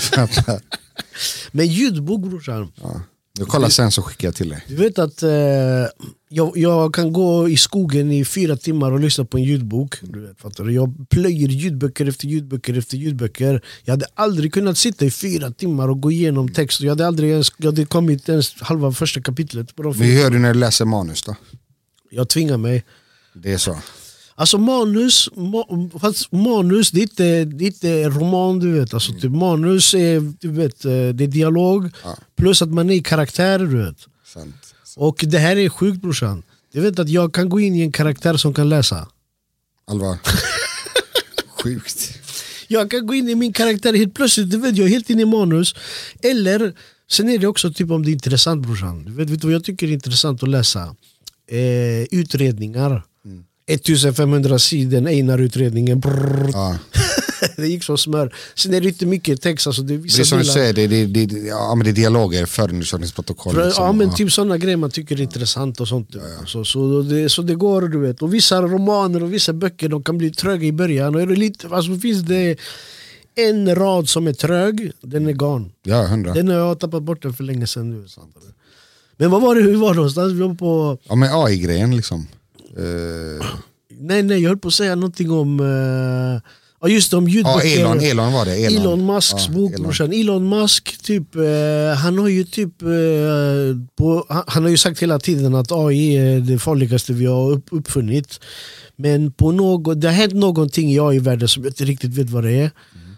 Men ljudbok brorsan. Ja. Jag kollar sen så skickar jag till dig. Du vet att jag kan gå i skogen i 4 timmar och lyssna på en ljudbok. Du vet, fattar du? Jag plöjer ljudböcker efter ljudböcker efter ljudböcker. Jag hade aldrig kunnat sitta i 4 timmar och gå igenom text. Jag hade kommit ens halva första kapitlet. Men hur gör du när du läser manus då? Jag tvingar mig. Det är så. Alltså manus det är inte roman, du vet. Alltså, typ, manus är, du vet, det är dialog plus att man är i karaktär, du vet. Sant. Och det här är sjukt brorsan. Du vet att jag kan gå in i en karaktär som kan läsa. Allvar. Sjukt. Jag kan gå in i min karaktär helt plötsligt, du vet, jag är helt inne i manus. Eller, sen är det också typ om det är intressant brorsan. Du vet vad jag tycker är intressant att läsa? Utredningar. 1500 sidor, Einar-utredningen. Det gick som smör. Sen är det inte mycket text. Alltså det är som du säger, det är dialoger, förundersökningsprotokoll. Ja, men typ sådana grejer man tycker är intressant och sånt. Ja. Så det går, du vet. Och vissa romaner och vissa böcker, de kan bli tröga i början. Och är det lite, alltså finns det en rad som är trög, den är gone. Ja, 100. Den har jag tappat bort den för länge sedan nu. Men vad var det, hur var det någonstans? Vi var på... Ja, med AI-grejen liksom. Nej, jag höll på att säga någonting om just om ljudböcker. Elon var det. Elon Musks bok. Elon Musk typ, han har ju typ han har ju sagt hela tiden att AI är det farligaste vi har uppfunnit. Men det har hänt någonting i AI-världen som jag inte riktigt vet vad det är.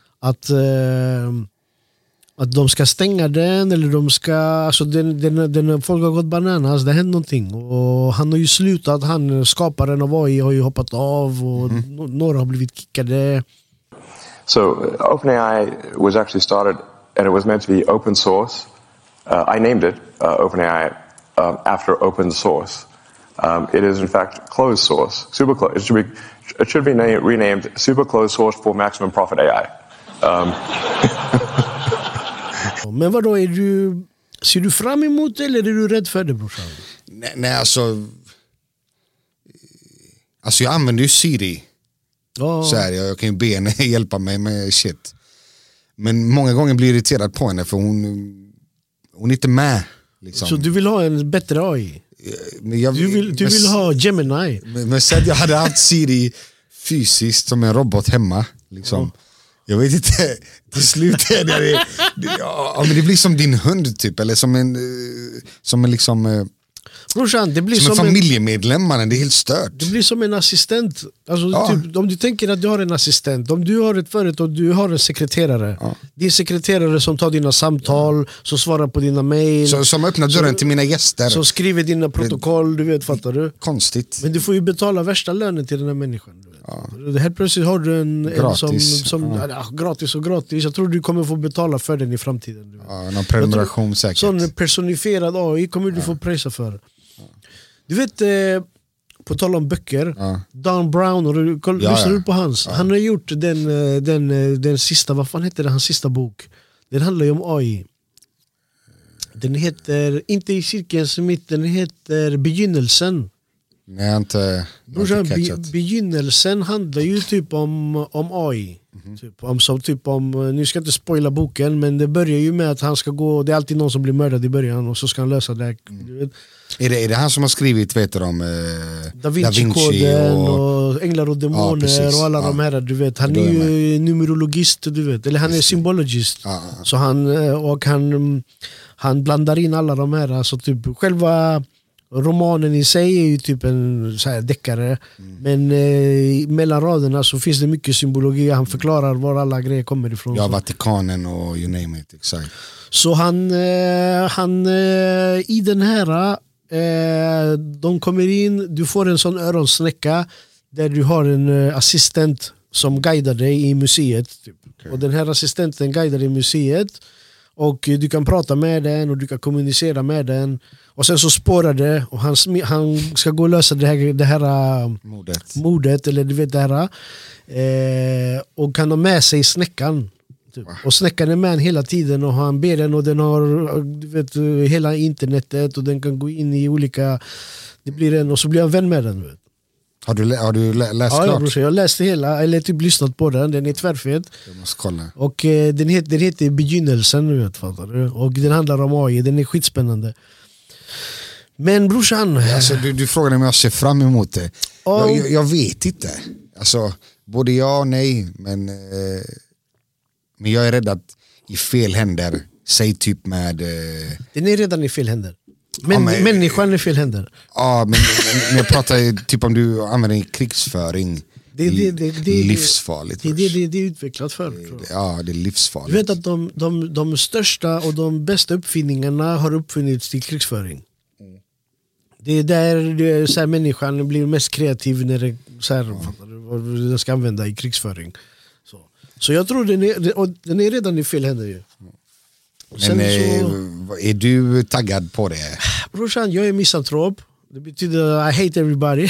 Att de ska stänga den, eller de ska, alltså den folk har gått bananas, det har hänt någonting. Och han har ju slutat, skaparen av AI har ju hoppat av och några har blivit kickade. So OpenAI was actually started and it was meant to be open source. I named it OpenAI after open source. It is in fact closed source. It should be renamed super closed source for maximum profit AI. Men vadå, ser du fram emot eller är du rädd för det, brorsan? Nej, alltså jag använder ju Siri. Så här, jag kan ju be henne hjälpa mig med shit. Men många gånger blir jag irriterad på henne för hon är inte med. Liksom. Så du vill ha en bättre AI? Du vill ha Gemini? Men säg att jag hade haft Siri fysiskt som en robot hemma. Liksom. Jag vet inte, till slut är det men det blir som din hund typ. Eller som en liksom... Brorsan, det blir som en familjemedlem, mannen, det är helt stört. Det blir som en assistent. Alltså, typ, om du tänker att du har en assistent, om du har ett företag och du har en sekreterare. Din sekreterare som tar dina samtal, som svarar på dina mejl. Som öppnar dörren till mina gäster. Som skriver dina protokoll, du vet, fattar du? Konstigt. Men du får ju betala värsta lönen till den här människan. Du vet. Helt plötsligt har du en gratis. Gratis. Jag tror du kommer få betala för den i framtiden. Du vet. Någon prenumeration säkert. Sån personifierad AI kommer du få prisa för. Du vet, på tal om böcker, Dan Brown, lyssnar du på hans? Han har gjort den sista, vad fan heter det, hans sista bok? Den handlar ju om AI. Den heter, inte I cirkelns mitt, den heter Begynnelsen. Nej, inte Begynnelsen handlar ju typ om AI. Typ om, nu ska jag inte spoila boken, men det börjar ju med att han ska gå, det är alltid någon som blir mördad i början och så ska han lösa det. Är det han som har skrivit, vet du, om Da Vinci-koden och Änglar och Demoner och alla de här, du vet. Han är ju numerologist, du vet, eller han är symbologist. Så han blandar in alla de här, alltså typ själva romanen i sig är ju typ en så här deckare, men mellan raderna så finns det mycket symbologi. Han förklarar var alla grejer kommer ifrån. Ja, Vatikanen och you name it, exakt. Så han i den här de kommer in, du får en sån öronsnäcka där du har en assistent som guidar dig i museet typ. Och den här assistenten guidar dig i museet och du kan prata med den och du kan kommunicera med den. Och sen så spårar det och han ska gå och lösa det här mordet eller du vet det här. Och kan ha med sig snäckan. Typ. Och snäckan är med hela tiden och han ber den och den har, du vet, hela internetet och den kan gå in i olika, det blir en och så blir han vän med den. Vet. Har du läst klart? Ja, jag läste hela, eller typ lyssnat på den är tvärfet. Jag måste kolla. Och den heter Begynnelsen, du vet, fattar du? Och den handlar om AI, den är skitspännande. Men brorsan, alltså, du frågade om jag ser fram emot det. Jag vet inte. Alltså, både ja och nej, men jag är rädd att i fel händer, säg typ med... Den är redan i fel händer. Människan är fel händer. Ja, men jag pratar typ om du använder krigsföring. Det är livsfarligt. Det är utvecklat för. Ja, det är livsfarligt. Du vet att de största och de bästa uppfinningarna har uppfunnits till krigsföring. Det är där så här, människan blir mest kreativ när det så här, vad den ska använda i krigsföring. Så jag tror den är redan i fel händer ju. Men är du taggad på det? Brorsan, jag är misantrop. Det betyder I hate everybody.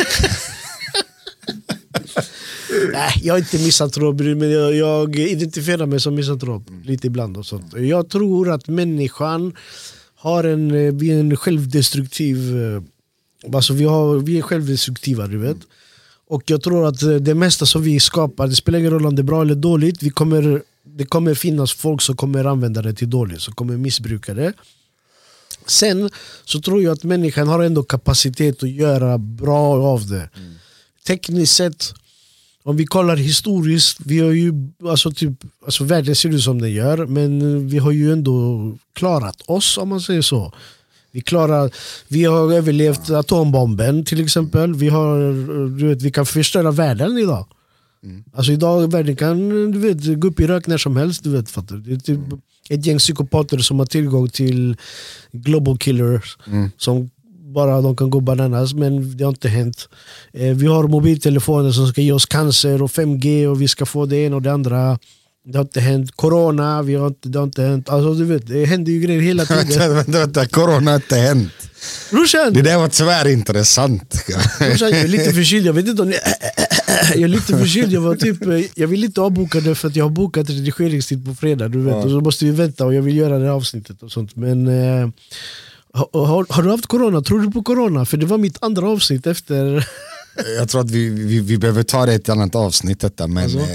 Nej, jag är inte misantrop, men jag identifierar mig som misantrop lite ibland och sånt. Jag tror att människan har en självdestruktiv, alltså vi är självdestruktiva, du vet. Och jag tror att det mesta som vi skapar, det spelar ingen roll om det är bra eller dåligt, det kommer finnas folk som kommer använda det till dåligt, som kommer missbruka det. Sen så tror jag att människan har ändå kapacitet att göra bra av det. Tekniskt sett, om vi kollar historiskt, vi har ju alltså världen ser ut som den gör, men vi har ju ändå klarat oss, om man säger så. Vi har överlevt atombomben till exempel. Vi kan förstöra världen idag. Alltså idag världen kan gå upp i rök när som helst, du vet, fattar. Det är typ ett gäng psykopater som har tillgång till global killers som bara de kan gå bananas, men det har inte hänt. Vi har mobiltelefoner som ska ge oss cancer och 5G och vi ska få det ena och det andra. Det har inte hänt corona, det har inte hänt, alltså du vet, det händer ju grejer hela tiden. vänta, corona har inte hänt. Brorsan, det där var tyvärr intressant. Brorsan, jag är lite förkyld, jag vet inte om jag är lite förkyld, jag vill inte avboka det för att jag har bokat redigeringstid på fredag, du vet, och så måste vi vänta och jag vill göra det avsnittet och sånt, men har du haft corona? Tror du på corona? För det var mitt andra avsnitt efter. Jag tror att vi behöver ta det i ett annat avsnitt detta, men alltså?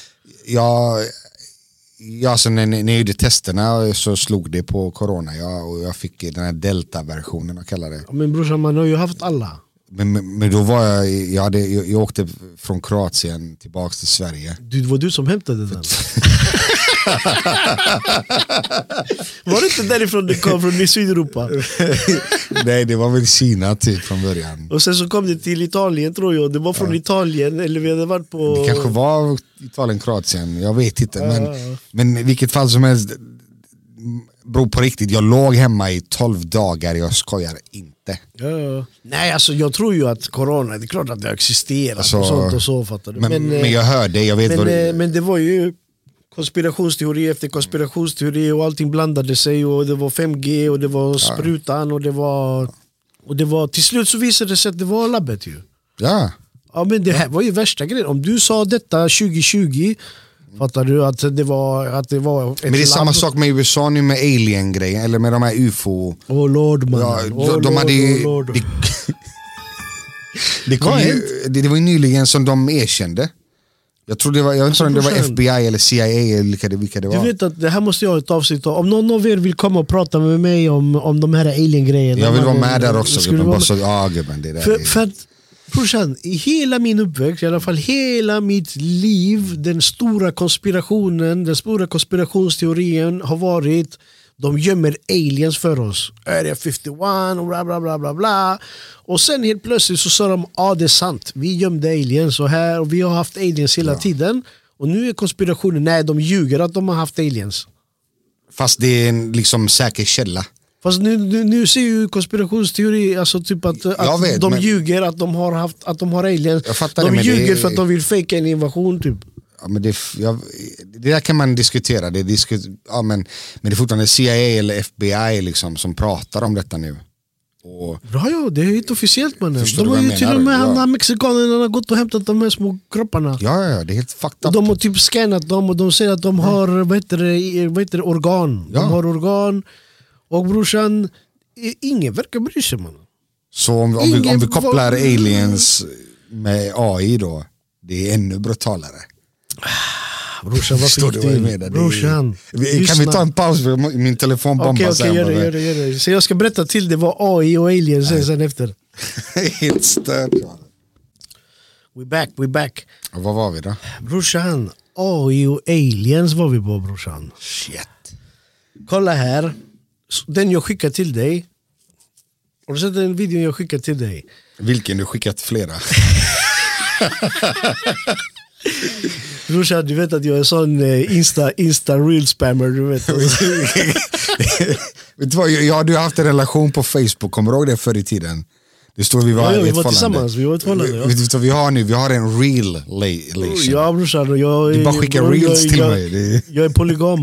Så när jag gjorde testerna så slog det på corona, och jag fick den här delta-versionen att kalla det. Men brorsan, man har ju haft alla. Men då var jag åkte från Kroatien tillbaka till Sverige. Det var du som hämtade den. Var det inte därifrån det kom, från Sydeuropa? Nej, det var väl Kina typ från början. Och sen så kom det till Italien, tror jag. Det var från Italien, eller vi hade varit på... Det kanske var Italien, Kroatien, jag vet inte. Men i vilket fall som helst, bro, på riktigt, jag låg hemma i 12 dagar, jag skojar inte. Nej, alltså jag tror ju att corona, det är klart att det existerar alltså, och sånt och så, fattar du. Men jag hörde, jag vet men det var ju konspirationsteori efter konspirationsteori och allting blandade sig, och det var 5G och det var sprutan och det var till slut så visade det sig att det var labbet ju. Ja, men det här var ju värsta grejen. Om du sa detta 2020, fattar du att det var men det är samma sak med USA nu med alien-grejen, eller med de här UFO. Lord man. De hade ju det var ju nyligen som de erkände. Jag tror det var, jag vet inte om det var FBI eller CIA eller vilka det var. Du vet att det här måste jag ha ett avsnitt om någon av er vill komma och prata med mig om de här alien-grejerna. Jag vill vara med där också. För att, brorsan, i hela min uppväxt, i alla fall hela mitt liv, den stora konspirationsteorin har varit: de gömmer aliens för oss. Area 51 och bla bla bla bla bla. Och sen helt plötsligt så sa de, det är sant. Vi gömde aliens och vi har haft aliens hela tiden. Och nu är konspirationen, nej, de ljuger att de har haft aliens. Fast det är en liksom säker källa. Fast nu ser ju konspirationsteori, alltså typ att de ljuger att de har aliens. De ljuger för att de vill fejka en invasion typ. Ja, men det där kan man diskutera. Men det är fortfarande CIA eller FBI liksom som pratar om detta nu. Ja, det är inte officiellt, mannen. De har ju till och med mexikanerna har gått och hämtat de här små kropparna. Ja, det är helt fucked up. De har typ scannat dem och de säger att de har organ. Ja. De har organ. Och brorsan, ingen verkar bry sig, man. Så om vi kopplar aliens med AI då, det är ännu brutalare. Brorsan, vad fick du? Brorsan, kan vi ta en paus? Min telefon bombas. Okej, gör det. Så jag ska berätta till det vad AI och aliens sen efter. Helt stört. We back. Och vad var vi då? Brorsan, AI och aliens var vi på, brorsan. Shit. Kolla här. Den jag skickar till dig. Har du sett den videon jag skickar till dig? Vilken? Du skickat flera. Brorsan, du vet att jag är sån Insta real spammer, du vet. Vet du vad, du har haft en relation på Facebook, kommer du ihåg det förr i tiden? Det står vi var tillsammans, vi var ett förhållande. Vet du vad vi har nu? Vi har en real relation. Ja, brorsan, du bara skickar reels till mig. Jag är polygam.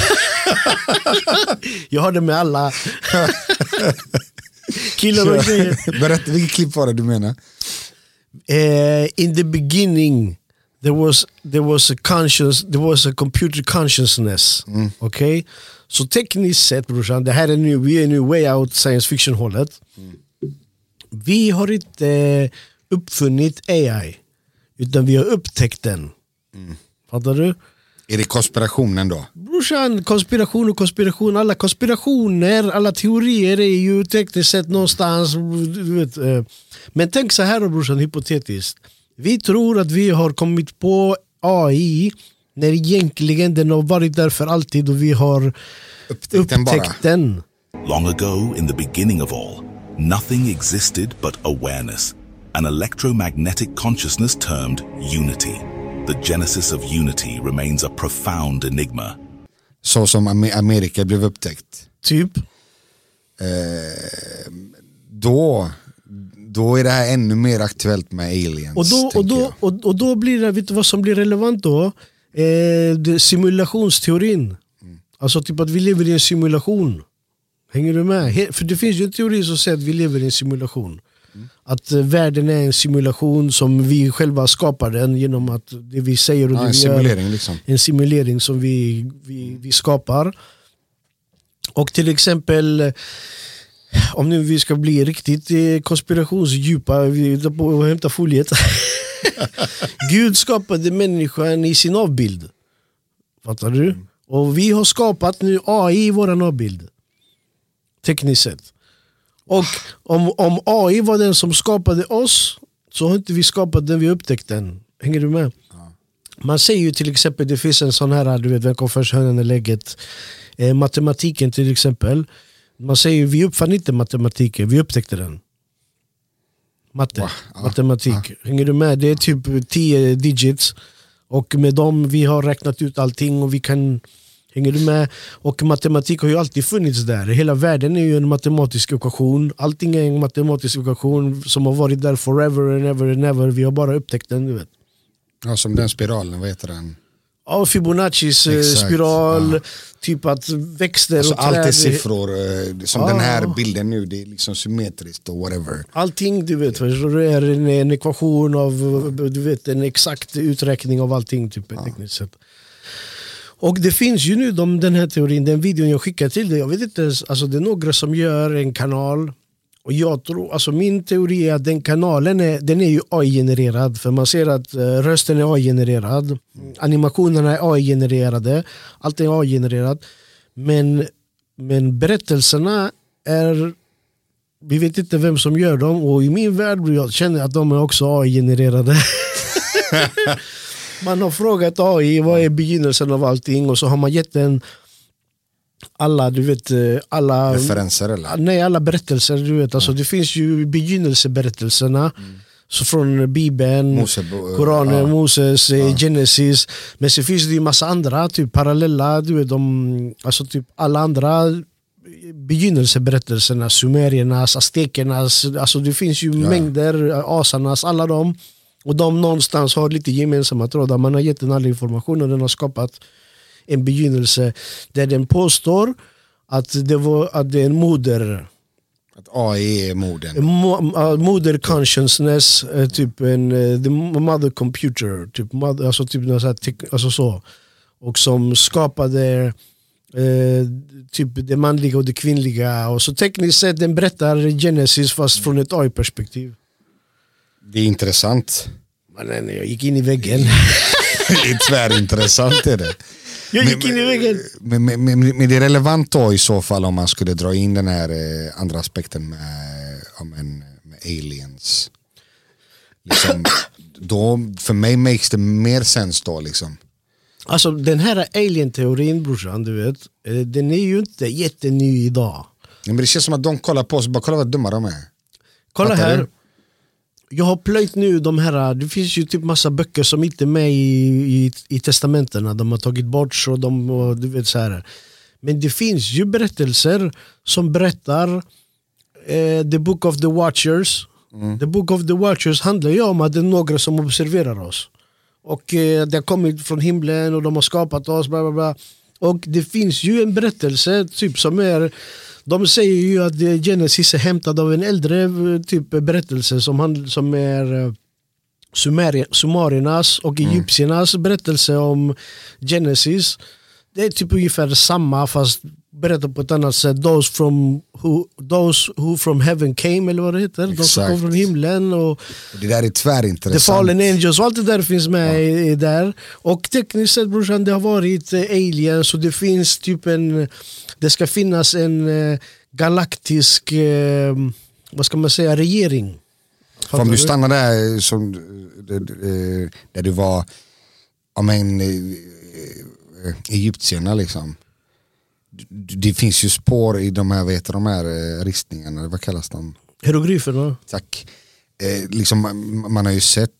Jag har det med alla. Killar och tjejer. Berätta, vilket klipp var det du menar? In the beginning there was a computer consciousness. Okay? Så tekniskt sett, brorsan, det här är vi är nu way out science fiction hållet. Vi har inte uppfunnit AI, utan vi har upptäckt den. Fattar du? Är det konspirationen då? Brorsan, konspiration. Alla konspirationer, alla teorier är ju tekniskt sett någonstans, du vet. Men tänk så här då, brorsan, hypotetiskt. Vi tror att vi har kommit på AI när egentligen den har varit där för alltid och vi har upptäckt den. Long ago, in the beginning of all, nothing existed but awareness, an electromagnetic consciousness termed unity. The genesis of unity remains a profound enigma. Så som Amerika blev upptäckt. Typ. Då är det här ännu mer aktuellt med aliens. Och då blir det, vet du vad som blir relevant då? Simulationsteorin. Alltså typ att vi lever i en simulation. Hänger du med? För det finns ju en teori som säger att vi lever i en simulation. Att världen är en simulation som vi själva skapar den genom att det vi säger och det vi gör. Liksom. En simulering som vi skapar. Och till exempel, om nu vi ska bli riktigt konspirationsdjupa, vi hämtar foliet. Gud skapade människan i sin avbild. Fattar du? Och vi har skapat nu AI i våran avbild. Tekniskt sett. Och om AI var den som skapade oss, så har inte vi skapat den, vi upptäckt den. Hänger du med? Man säger ju till exempel, det finns en sån här, du vet, vem kom först hönan eller lägget. Matematiken till exempel. Man säger ju, vi uppfann inte matematiken, vi upptäckte den. Matematik. Hänger du med? Det är typ 10 digits. Och med dem vi har räknat ut allting och vi kan... Hänger du med? Och matematik har ju alltid funnits där. Hela världen är ju en matematisk ekvation. Allting är en matematisk ekvation som har varit där forever and ever and ever. Vi har bara upptäckt den, du vet. Ja, som den spiralen, vad heter den? Ja, Fibonaccis spiral, typ att växter alltså och träd. Allt är siffror, som den här bilden nu, det är liksom symmetriskt och whatever. Allting, du vet, det är en ekvation av, du vet, en exakt uträkning av allting, typ, tekniskt sett. Och det finns ju nu den här teorin, den videon jag skickar till dig, jag vet inte, alltså det är några som gör en kanal. Och jag tror, alltså min teori är att den kanalen den är ju AI-genererad. För man ser att rösten är AI-generad. Animationerna är AI-genererade. Allt är AI-generat. Men berättelserna är... Vi vet inte vem som gör dem. Och i min värld jag känner att de är också AI-genererade. Man har frågat AI, vad är begynnelsen av allting? Och så har man gett den... alla, du vet, alla referenser eller? Nej, alla berättelser, du vet, alltså det finns ju begynnelseberättelserna så från Bibeln, Koranen, Moses, Genesis, men så finns det ju massa andra typ parallella, du vet, alltså typ alla andra begynnelseberättelserna, sumeriernas, aztekernas, alltså det finns ju mängder, asarnas, alla dem, och de någonstans har lite gemensamma trådar. Man har gett den all information och den har skapat en begynnelse där den påstår att det är en moder. Att AI är modern. Moder consciousness, typ the mother computer, typ alltså typ något alltså så. Och som skapade typ det manliga och det kvinnliga, och så tekniskt sett den berättar Genesis fast från ett AI-perspektiv. Det är intressant. Men jag gick in i väggen. Det är tvärintressant är det. Jag gick in i väggen. Men det är relevant då i så fall om man skulle dra in den här andra aspekten med aliens. Liksom, då, för mig makes det mer sens då liksom. Alltså den här alien-teorin, brorsan, du vet, den är ju inte jätteny idag. Men det känns som att de kollar på oss, bara kolla vad dumma de är. Kolla här. Jag har plöjt nu de här, det finns ju typ massa böcker som inte är med i testamenterna. De har tagit bort så du vet så här. Men det finns ju berättelser som berättar The Book of the Watchers. The Book of the Watchers handlar ju om att det är några som observerar oss. Och det har kommit från himlen och de har skapat oss, bla bla bla. Och det finns ju en berättelse typ som är... De säger ju att Genesis är hämtad av en äldre typ berättelse som är sumariernas och egyptiernas berättelse om Genesis. Det är typ ungefär samma fast berättar på ett annat sätt. Those who from heaven came, eller vad det heter. De som kom från himlen. Och det där är tvärintressant. The Fallen Angels och allt det där finns med där. Och tekniskt sett, brorsan, det har varit aliens, så det finns typ det ska finnas en galaktisk vad ska man säga, regering. För om du stannar där som, där du var egyptierna liksom. Det finns ju spår i de här ristningarna, vad kallas de? Hieroglyferna. Tack. Liksom, man har ju sett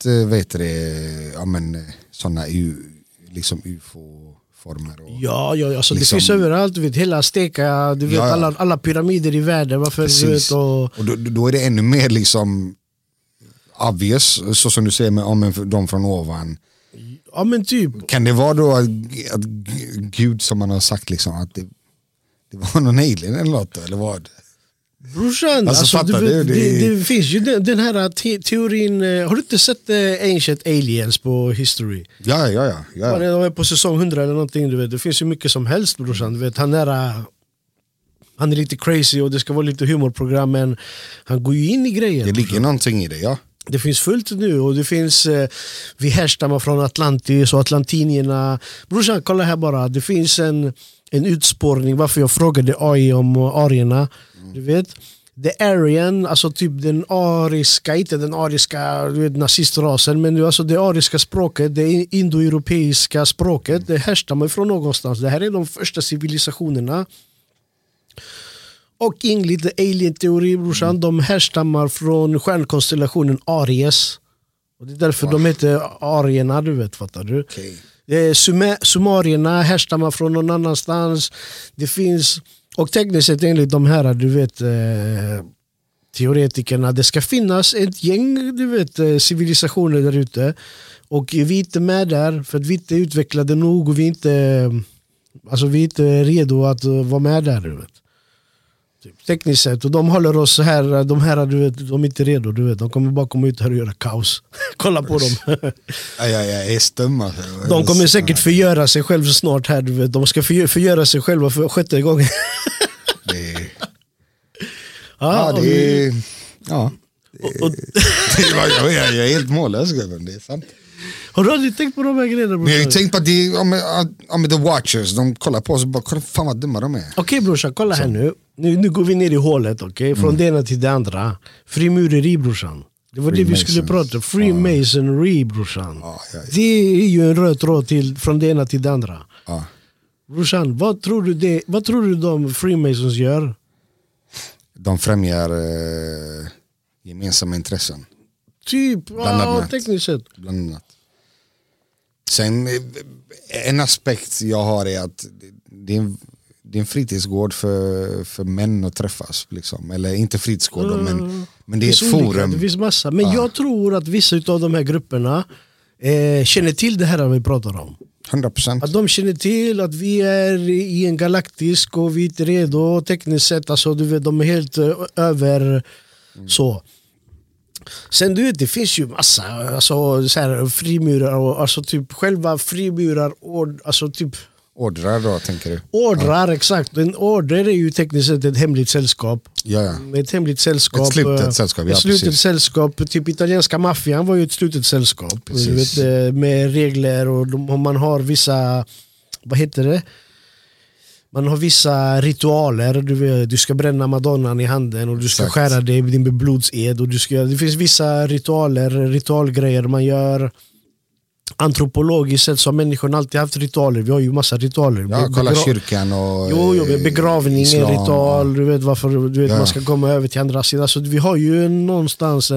sådana liksom UFO-former. Och, ja, alltså liksom, det finns överallt, du vet, hela Azteca, du vet, alla pyramider i världen. Varför, du vet, och då är det ännu mer liksom obvious, så som du säger med de från ovan. Ja, men typ. Kan det vara då att Gud som man har sagt liksom att det var någon alien eller något eller vad? Brorsan, alltså, det finns ju den här teorin. Har du inte sett Ancient Aliens på History? Ja. De är på säsong 100 eller någonting, du vet. Det finns ju mycket som helst, brorsan. Du vet, han är lite crazy och det ska vara lite humorprogram, men han går ju in i grejen. Det ligger någonting i det, ja. Det finns fullt nu och det finns, vi härstammar från Atlantis och atlantinierna. Brorsan, kolla här bara. Det finns en utspårning varför jag frågade AI om arierna. Du vet, the Aryan, alltså typ den ariska, inte den ariska, du vet, nazistrasen, men alltså det ariska språket, det indoeuropeiska språket, det härstammar från någonstans. Det här är de första civilisationerna. Och enligt alien-teori, brorsan, de härstammar från stjärnkonstellationen Aries. Och det är därför de heter arierna, du vet, fattar du? Okay. Sumarierna härstammar från någon annanstans. Det finns, och tekniskt sett enligt de här, du vet, teoretikerna, det ska finnas ett gäng, du vet, civilisationer där ute. Och vi är inte med där, för att vi inte är utvecklade nog och vi är inte redo att vara med där, du vet. Tekniskt sett, och de håller oss här, de här, du vet, de är inte redo, du vet, de kommer bara komma ut här och göra kaos. Kolla på dem. Jag är stumma. De kommer säkert förgöra sig själv snart här, du vet. De ska förgöra sig själva för 6:e gången. Jag är helt mållös, det är sant. Har du aldrig tänkt på de här grejerna, brorsan? Jag har tänkt på att om The Watchers, de kollar på oss och bara, kolla fan vad dumma de är. Okej, brorsan, kolla här nu. Nu går vi ner i hålet, okej? Från det ena till det andra. Frimureri, brorsan. Det var det vi skulle prata om. Freemasonry, brorsan. Det är ju en röd tråd från det ena till det andra. Brorsan, vad tror du de Freemasons gör? De främjar gemensamma intressen. Typ, tekniskt sett. Bland annat. Sen en aspekt jag har är att det är en fritidsgård för män att träffas liksom. Eller inte fritidsgård men det är ett forum. Det finns massa. Men jag tror att vissa av de här grupperna känner till det här vi pratar om. 100%. Att de känner till att vi är i en galaktisk och vi är inte redo tekniskt sett. Alltså, du vet, de är helt över så. Sen du vet, det finns ju massa alltså, så här, frimurar och alltså typ själva frimurar och alltså typ ordrar då, tänker du? Ordrar, exakt. En order är ju tekniskt sett ett hemligt sällskap. Ja. Ett hemligt sällskap. Ett slutet sällskap, ett slutet sällskap. Typ italienska maffian var ju ett slutet sällskap. Du vet, med regler och man har vissa, vad heter det? Man har vissa ritualer. Du ska bränna madonnan i handen och du ska skära dig med din blodsed. Och det finns vissa ritualgrejer man gör. Antropologiskt sett så har människan alltid haft ritualer. Vi har ju massa ritualer. Ja, kolla kyrkan och begravning är en ritual. Du vet varför man ska komma över till andra sidan. Så vi har ju någonstans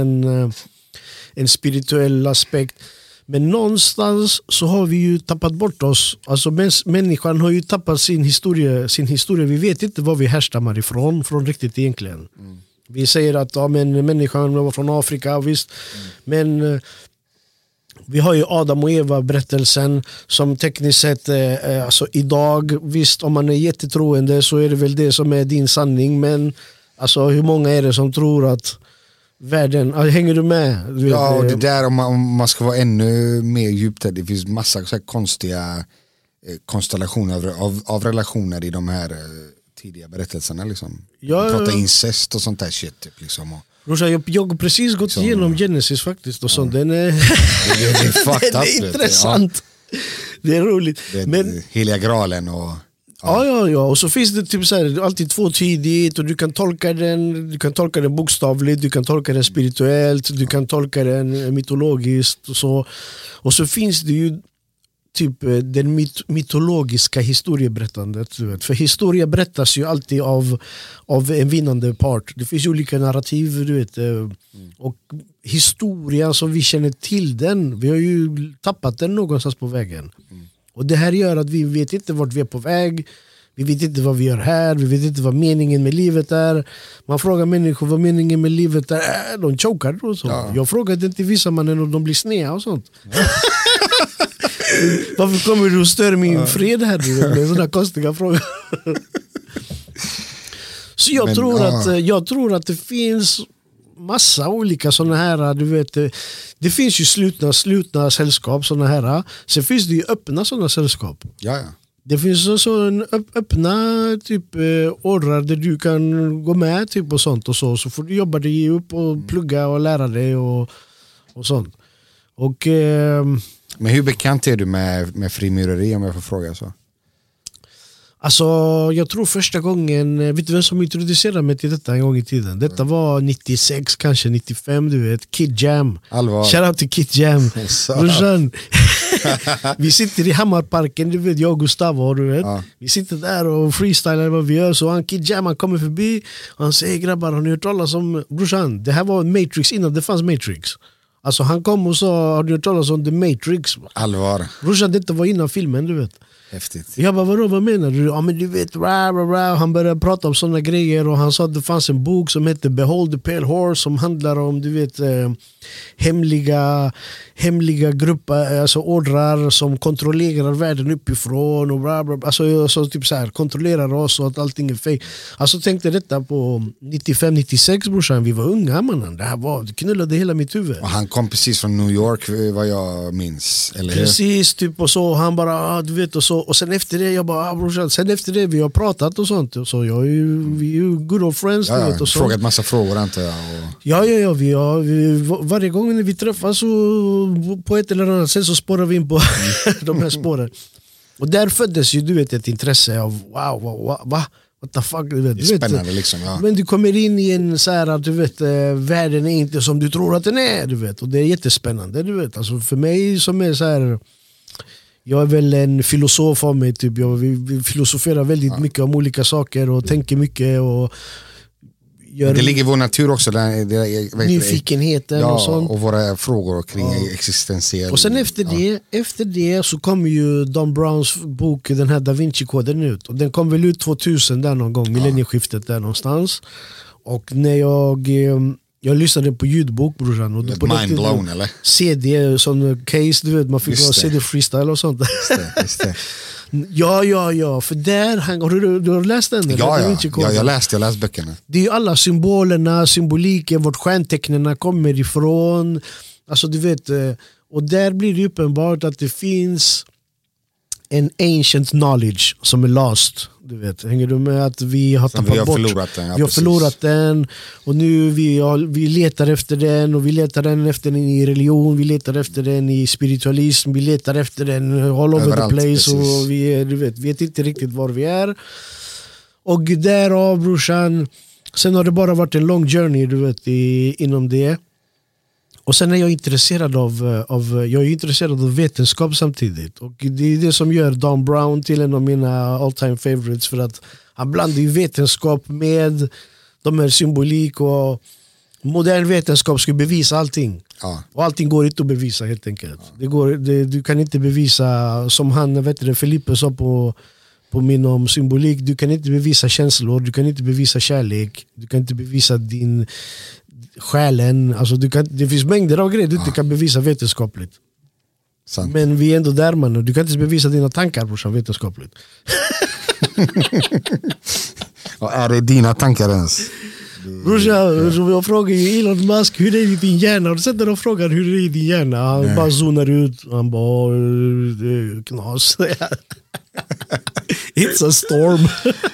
en spirituell aspekt. Men någonstans så har vi ju tappat bort oss. Alltså människan har ju tappat sin historia. Vi vet inte var vi härstammar ifrån riktigt egentligen. Vi säger att men människan var från Afrika, visst. Men vi har ju Adam och Eva berättelsen som tekniskt sett alltså idag, visst, om man är jättetroende så är det väl det som är din sanning, men alltså hur många är det som tror att världen, hänger du med? Ja, och det där om man ska vara ännu mer djupt, det finns massa så här konstiga konstellationer av relationer i de här tidiga berättelserna liksom. Prata incest och sånt där shit typ liksom. Jag har precis gått igenom Genesis faktiskt och sånt. Den är den är intressant. Det är roligt. Men heliga graalen och Ja, och så finns det typ så här, alltid tvåtydigt och du kan tolka den bokstavligt, du kan tolka den spirituellt, du kan tolka den mytologiskt och så. Och så finns det ju typ den mytologiska historieberättandet, du vet. För historia berättas ju alltid av en vinnande part. Det finns ju olika narrativ, du vet. Och historia som vi känner till den, vi har ju tappat den någonstans på vägen. Och det här gör att vi vet inte vart vi är på väg. Vi vet inte vad vi gör här. Vi vet inte vad meningen med livet är. Man frågar människor vad meningen med livet är. De chokar och så. Jag frågade inte vissa mannen och de blir snea och sånt. Varför kommer du och stör min fred här? Det är sådana konstiga frågor. Så jag tror att det finns massa olika sådana här, du vet, det finns ju slutna sällskap sådana här. Sen finns det ju öppna sådana sällskap. Ja. Det finns också en öppna typ ordrar där du kan gå med typ och sånt och så får du jobba dig upp och plugga och lära dig och sånt. Och men hur bekant är du med frimureri, om jag får fråga så? Alltså, jag tror första gången, vet du vem som introducerade mig till detta en gång i tiden? Detta var 96, kanske 95, du vet, Kid Jam. Allvar. Shoutout till Kid Jam. Brorsan. Vi sitter i Hammarparken, du vet, jag och Gustavo, du vet. Vi sitter där och freestylar vad vi gör. Så han Kid Jam, han kommer förbi och han säger, grabbar, har ni hört talas om, brorsan, det här var Matrix innan det fanns Matrix. Alltså han kom och sa, har du hört talas om The Matrix? Allvar. Brorsan, detta var innan filmen, du vet. Häftigt. Jag bara, vad menar du? Ja, men du vet, han började prata om sådana grejer och han sa att det fanns en bok som heter Behold the Pale Horse som handlar om, du vet, hemliga grupper, alltså ordrar som kontrollerar världen uppifrån och alltså typ så här, kontrollerar oss och att allting är fake. Alltså tänkte detta på 95-96, brorsan, vi var unga, mannen. Det knullade hela mitt huvud. Och han kom precis från New York, vad jag minns, eller hur? Precis, typ, och så han bara, du vet, och så. Och sen efter det, jag bara, brorsan, sen efter det vi har pratat och sånt. Och så vi är ju good old friends. Ja, vet, och så. Frågat massa frågor, antar jag. Ja, varje gång när vi träffas så på ett eller annat sätt så spårar vi in på de här spåren. Och där föddes ju, du vet, ett intresse av, wow, what the fuck, du vet. Det är spännande liksom, ja. Men du kommer in i en så här, du vet, världen är inte som du tror att den är, du vet. Och det är jättespännande, du vet. Alltså för mig som är så här, jag är väl en filosof av mig, typ. Jag filosoferar väldigt mycket om olika saker och tänker mycket och det ligger i vår natur också, nyfikenheten och sånt. Och våra frågor kring existentiell. Och sen efter det så kom ju Don Browns bok, den här Da Vinci-koden ut. Och den kom väl ut 2000 där någon gång, millennieskiftet där någonstans. Och när jag lyssnade på ljudbok, brorsan. Och mind blown, eller? CD, sån case, du vet, man fick ha CD freestyle och sånt. Just det. Ja, för där du har läst den? Ja, jag har läst böckerna. Det är ju alla symbolerna, symboliken, vart stjärntecknena kommer ifrån. Alltså du vet, och där blir det uppenbart att det finns en ancient knowledge som är lost. Du vet, hänger du med att vi har tappat bort? Vi har förlorat den. Och nu vi letar efter den. Och vi letar efter den i religion. Vi letar efter den i spiritualism. Vi letar efter den all over the place. Precis. Och vi vet inte riktigt var vi är. Och därav, brorsan, sen har det bara varit en lång journey, du vet, inom det. Och sen är jag intresserad av vetenskap samtidigt. Och det är det som gör Don Brown till en av mina all time favorites. För att han blandar ju vetenskap med de här symbolik, och modern vetenskap ska bevisa allting. Ja. Och allting går inte att bevisa, helt enkelt. Du kan inte bevisa, som han, Felipe sa på min om symbolik, du kan inte bevisa känslor, du kan inte bevisa kärlek, du kan inte bevisa din själen, alltså det finns mängder av grejer du inte kan bevisa vetenskapligt. Sant. Men vi är ändå där, man. Du kan inte bevisa dina tankar, brorsan, vetenskapligt. Och är det dina tankar ens? Brorsan, jag frågar ju Elon Musk, hur är det i din hjärna? Och sen när de frågar hur är det i din hjärna, han bara zonar ut, han bara knas. It's a storm.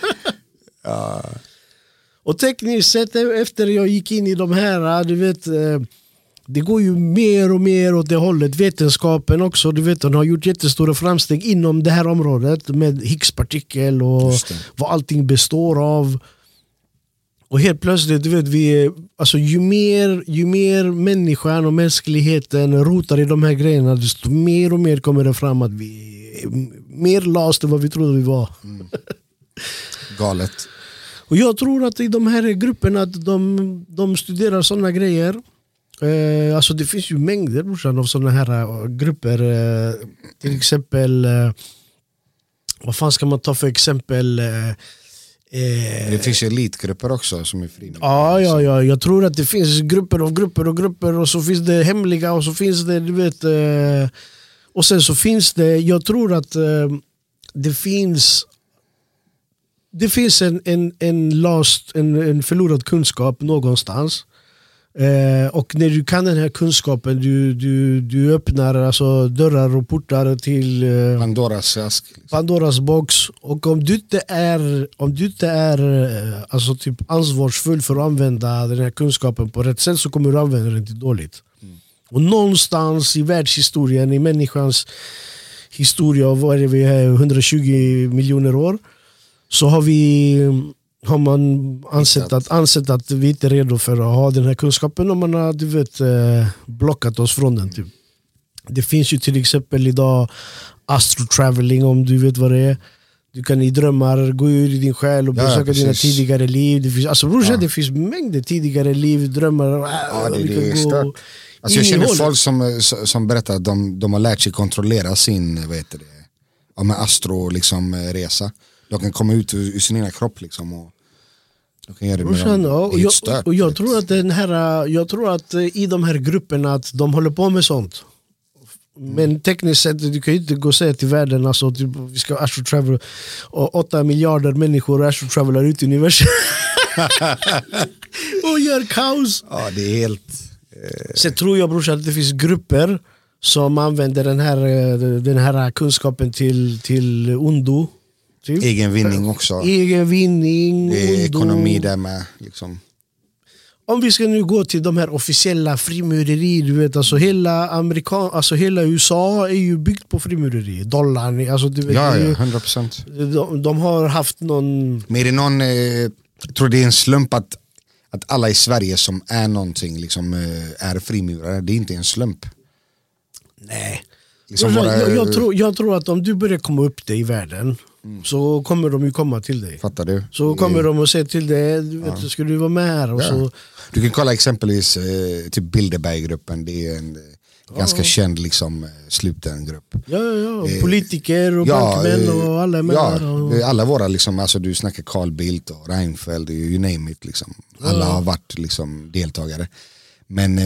Och tekniskt sett, efter jag gick in i de här, du vet, det går ju mer och mer åt det hållet. Vetenskapen också, du vet, de har gjort jättestora framsteg inom det här området med Higgs-partikel och vad allting består av. Och helt plötsligt, du vet, alltså ju mer människan och mänskligheten rotar i de här grejerna, desto mer och mer kommer det fram att vi är mer lost än vad vi trodde vi var. Galet. Och jag tror att i de här grupperna att de studerar sådana grejer. Alltså det finns ju mängder, brorsan, av sådana här grupper. Till exempel, vad fan ska man ta för exempel? Det finns ju elitgrupper också som är fria. Ja, jag tror att det finns grupper och så finns det hemliga, och så finns det, du vet, Och sen så finns det, jag tror att det finns en förlorad kunskap någonstans. Och när du kan den här kunskapen, du öppnar alltså dörrar och portar till Pandoras box. Och om du inte är alltså typ ansvarsfull för att använda den här kunskapen på rätt sätt, så kommer du använda den till dåligt. Och någonstans i världshistorien, i människans historia av vad är det, vi är 120 miljoner år, så har man ansett att vi inte är redo för att ha den här kunskapen, och man har blockat oss från den typ. Det finns ju till exempel idag astro-traveling, om du vet vad det är. Du kan i drömmar gå ur i din själ och besöka dina tidigare liv. Det finns, alltså det finns mängder tidigare liv, drömmar. Det är stört. Alltså jag känner folk som berättar att de har lärt sig kontrollera sin med astro liksom, resa. De kan komma ut ur sin egna kropp liksom, och de kan göra det med dem. Och jag tror att i de här grupperna att de håller på med sånt. Men tekniskt sett, du kan ju inte gå och säga till världen alltså, typ, vi ska astro travel och 8 miljarder människor astro travelar ut i universum och gör kaos. Ja, det är helt... Så tror jag, brorsan, att det finns grupper som använder den här kunskapen till ondo. Typ. Egen vinning också. Egen vinning. Det är ekonomi där med. Liksom. Om vi ska nu gå till de här officiella frimureri, du vet, alltså hela USA är ju byggt på frimureri. Dollarn, alltså du vet. Ja, 100%. De har haft någon... Men är det någon... Jag tror det är en slump att alla i Sverige som är någonting liksom, är frimurare. Det är inte en slump. Nej. Liksom jag tror att om du börjar komma upp det i världen, så kommer de ju komma till dig. Fattar du? Så kommer de att säga till dig, du vet, ska du vara med här? Och så... Du kan kolla exempelvis typ Bilderberggruppen. Det är en ganska känd liksom, sluten grupp. Ja. Politiker och bankmän och alla är med. Ja, alla våra, liksom, alltså, du snackar Carl Bildt och Reinfeldt, you name it. Liksom. Alla har varit liksom, deltagare. Men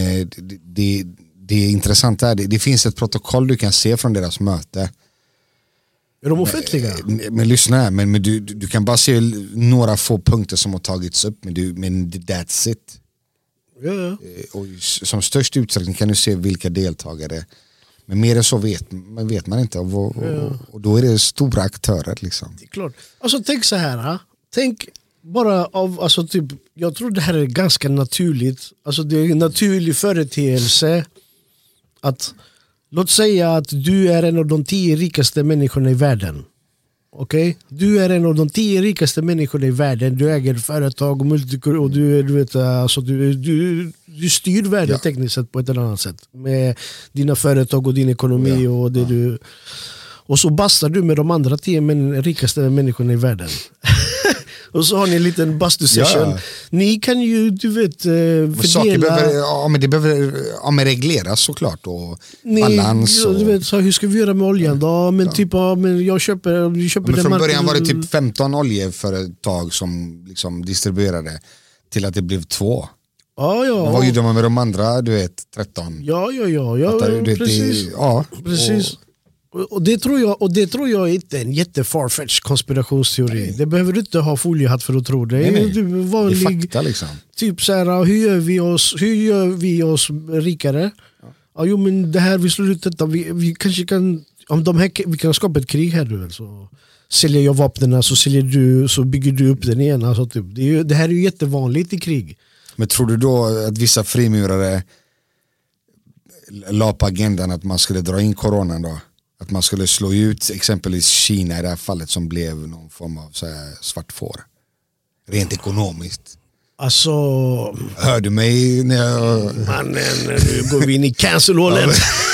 det är intressant är det finns ett protokoll du kan se från deras möte. Är de offentliga? Men lyssna här, men du kan bara se några få punkter som har tagits upp, men that's it. Ja. Och som störst utsträckning kan du se vilka deltagare. Men mer än så vet man inte. Och då är det stora aktörer liksom. Det är klart. Alltså tänk så här. Tänk bara alltså typ, jag tror det här är ganska naturligt. Alltså det är en naturlig företeelse att, låt säga att du är en av de 10 rikaste människorna i världen. Okej? Du är en av de 10 rikaste människorna i världen. Du äger företag och du vet, alltså du styr världen tekniskt sett på ett eller annat sätt. Med dina företag och din ekonomi och det du... Och så bastar du med de andra 10 rikaste människorna i världen. Och så har ni en liten bastu-session. Ja. Ni kan ju, du vet, fördela... Men det behöver regleras såklart. Och balans. Du vet, så hur ska vi göra med oljan då? Men typ, men jag köper men från början var det typ 15 oljeföretag som liksom distribuerade till att det blev 2. Ja. Vad gjorde man med de andra, du vet, 13? Ja, precis. Precis. Och det tror jag är inte en jättefarfetched konspirationsteori. Nej. Det behöver du inte ha foliehatt för att tro det. Nej. Det är vanlig, det är fakta liksom. Typ så här, hur gör vi oss rikare? Ja, jo, men det här, vi slår ut detta. Vi kanske kan, vi kan skapa ett krig här nu. Så säljer jag vapnen, så säljer du, så bygger du upp den igen. Alltså, typ. Det här är ju jättevanligt i krig. Men tror du då att vissa frimurare la på agendan att man skulle dra in coronan då? Att man skulle slå ut exempelvis Kina i det här fallet, som blev någon form av så här svart får. Rent ekonomiskt. Alltså... Hör du mig när jag... Mannen, nu går vi in i cancel-hålen.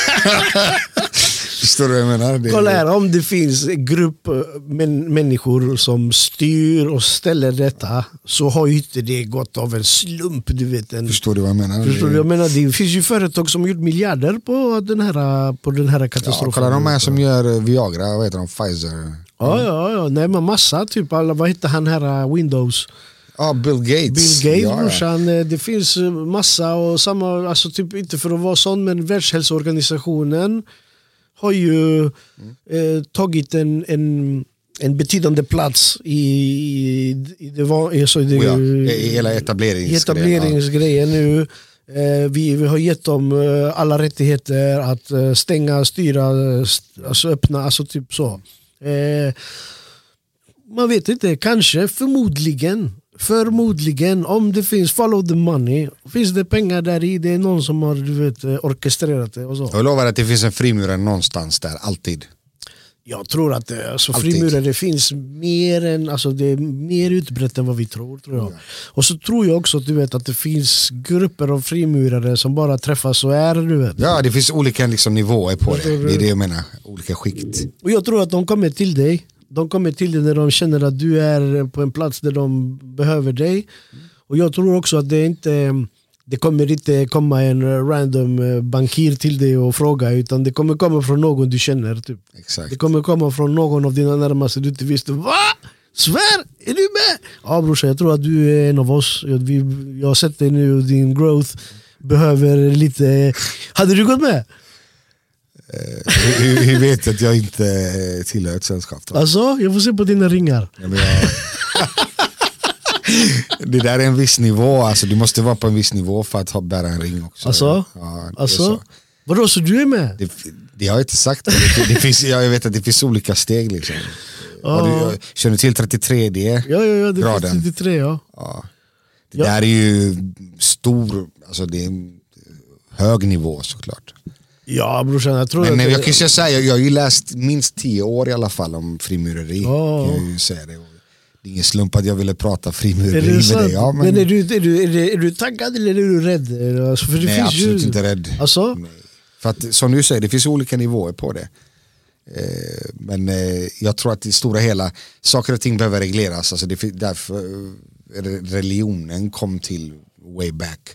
Förstår du vad jag menar? Kolla här, om det finns en grupp människor som styr och ställer detta, så har ju inte det gått av en slump, du vet. Förstår du vad jag menar? Förstår du vad jag menar? Det finns ju företag som har gjort miljarder på den här katastrofen. Ja, kolla de här som gör Viagra, vad heter de? Pfizer. Ja. Nej, men massa, typ alla, vad heter han här, Windows? Ja, Bill Gates, brorsan. Det finns massa och samma, alltså typ inte för att vara sån, men Världshälsoorganisationen har ju tagit en betydande plats i hela etableringsgrejen nu. Vi har gett dem alla rättigheter att stänga, styra, alltså öppna, alltså typ så. Man vet inte, kanske, förmodligen om det finns follow the money, finns det pengar där i, det är någon som har orkestrerat det och så. Jag lovar att det finns en frimurare någonstans där, alltid. Jag tror att frimurare finns mer än, alltså det är mer utbrett än vad vi tror jag. Ja. Och så tror jag också att det finns grupper av frimurare som bara träffas och är, du vet. Ja, det finns olika liksom nivåer på det. Det är det jag menar, olika skikt. Och jag tror att de kommer till dig. De kommer till dig när de känner att du är på en plats där de behöver dig. Och jag tror också att det kommer inte komma en random bankir till dig och fråga, utan det kommer komma från någon du känner. Typ. Exakt. Det kommer komma från någon av dina närmaste du inte visste. Va? Svär? Är du med? Ja brorsan, jag tror att du är en av oss. Jag har sett dig nu och din growth behöver lite... Hade du gått med? Hur vet att jag inte tillhör ett sällskap? Alltså, jag får se på dina ringar. Ja, men det där är en viss nivå, alltså du måste vara på en viss nivå för att bära en ring också. Alltså? Vadå, så du är med? Det har jag inte sagt. Det finns, jag vet att det finns olika steg liksom. Känner du till 33D? Ja, det graden? Finns 33, ja. Det där är ju stor, alltså det är en hög nivå såklart. Ja brorsan, jag tror men jag kan ju säga, jag har ju läst minst 10 år i alla fall om frimureri. Jag kan ju säga det. Det är ingen slump att jag ville prata frimureri med dig. Ja, men är du taggad eller är du rädd? Alltså, för det nej, finns absolut inte rädd. Alltså? Nej. För att som du säger, det finns olika nivåer på det. Men jag tror att i stora hela saker och ting behöver regleras. Alltså därför religionen kom till way back.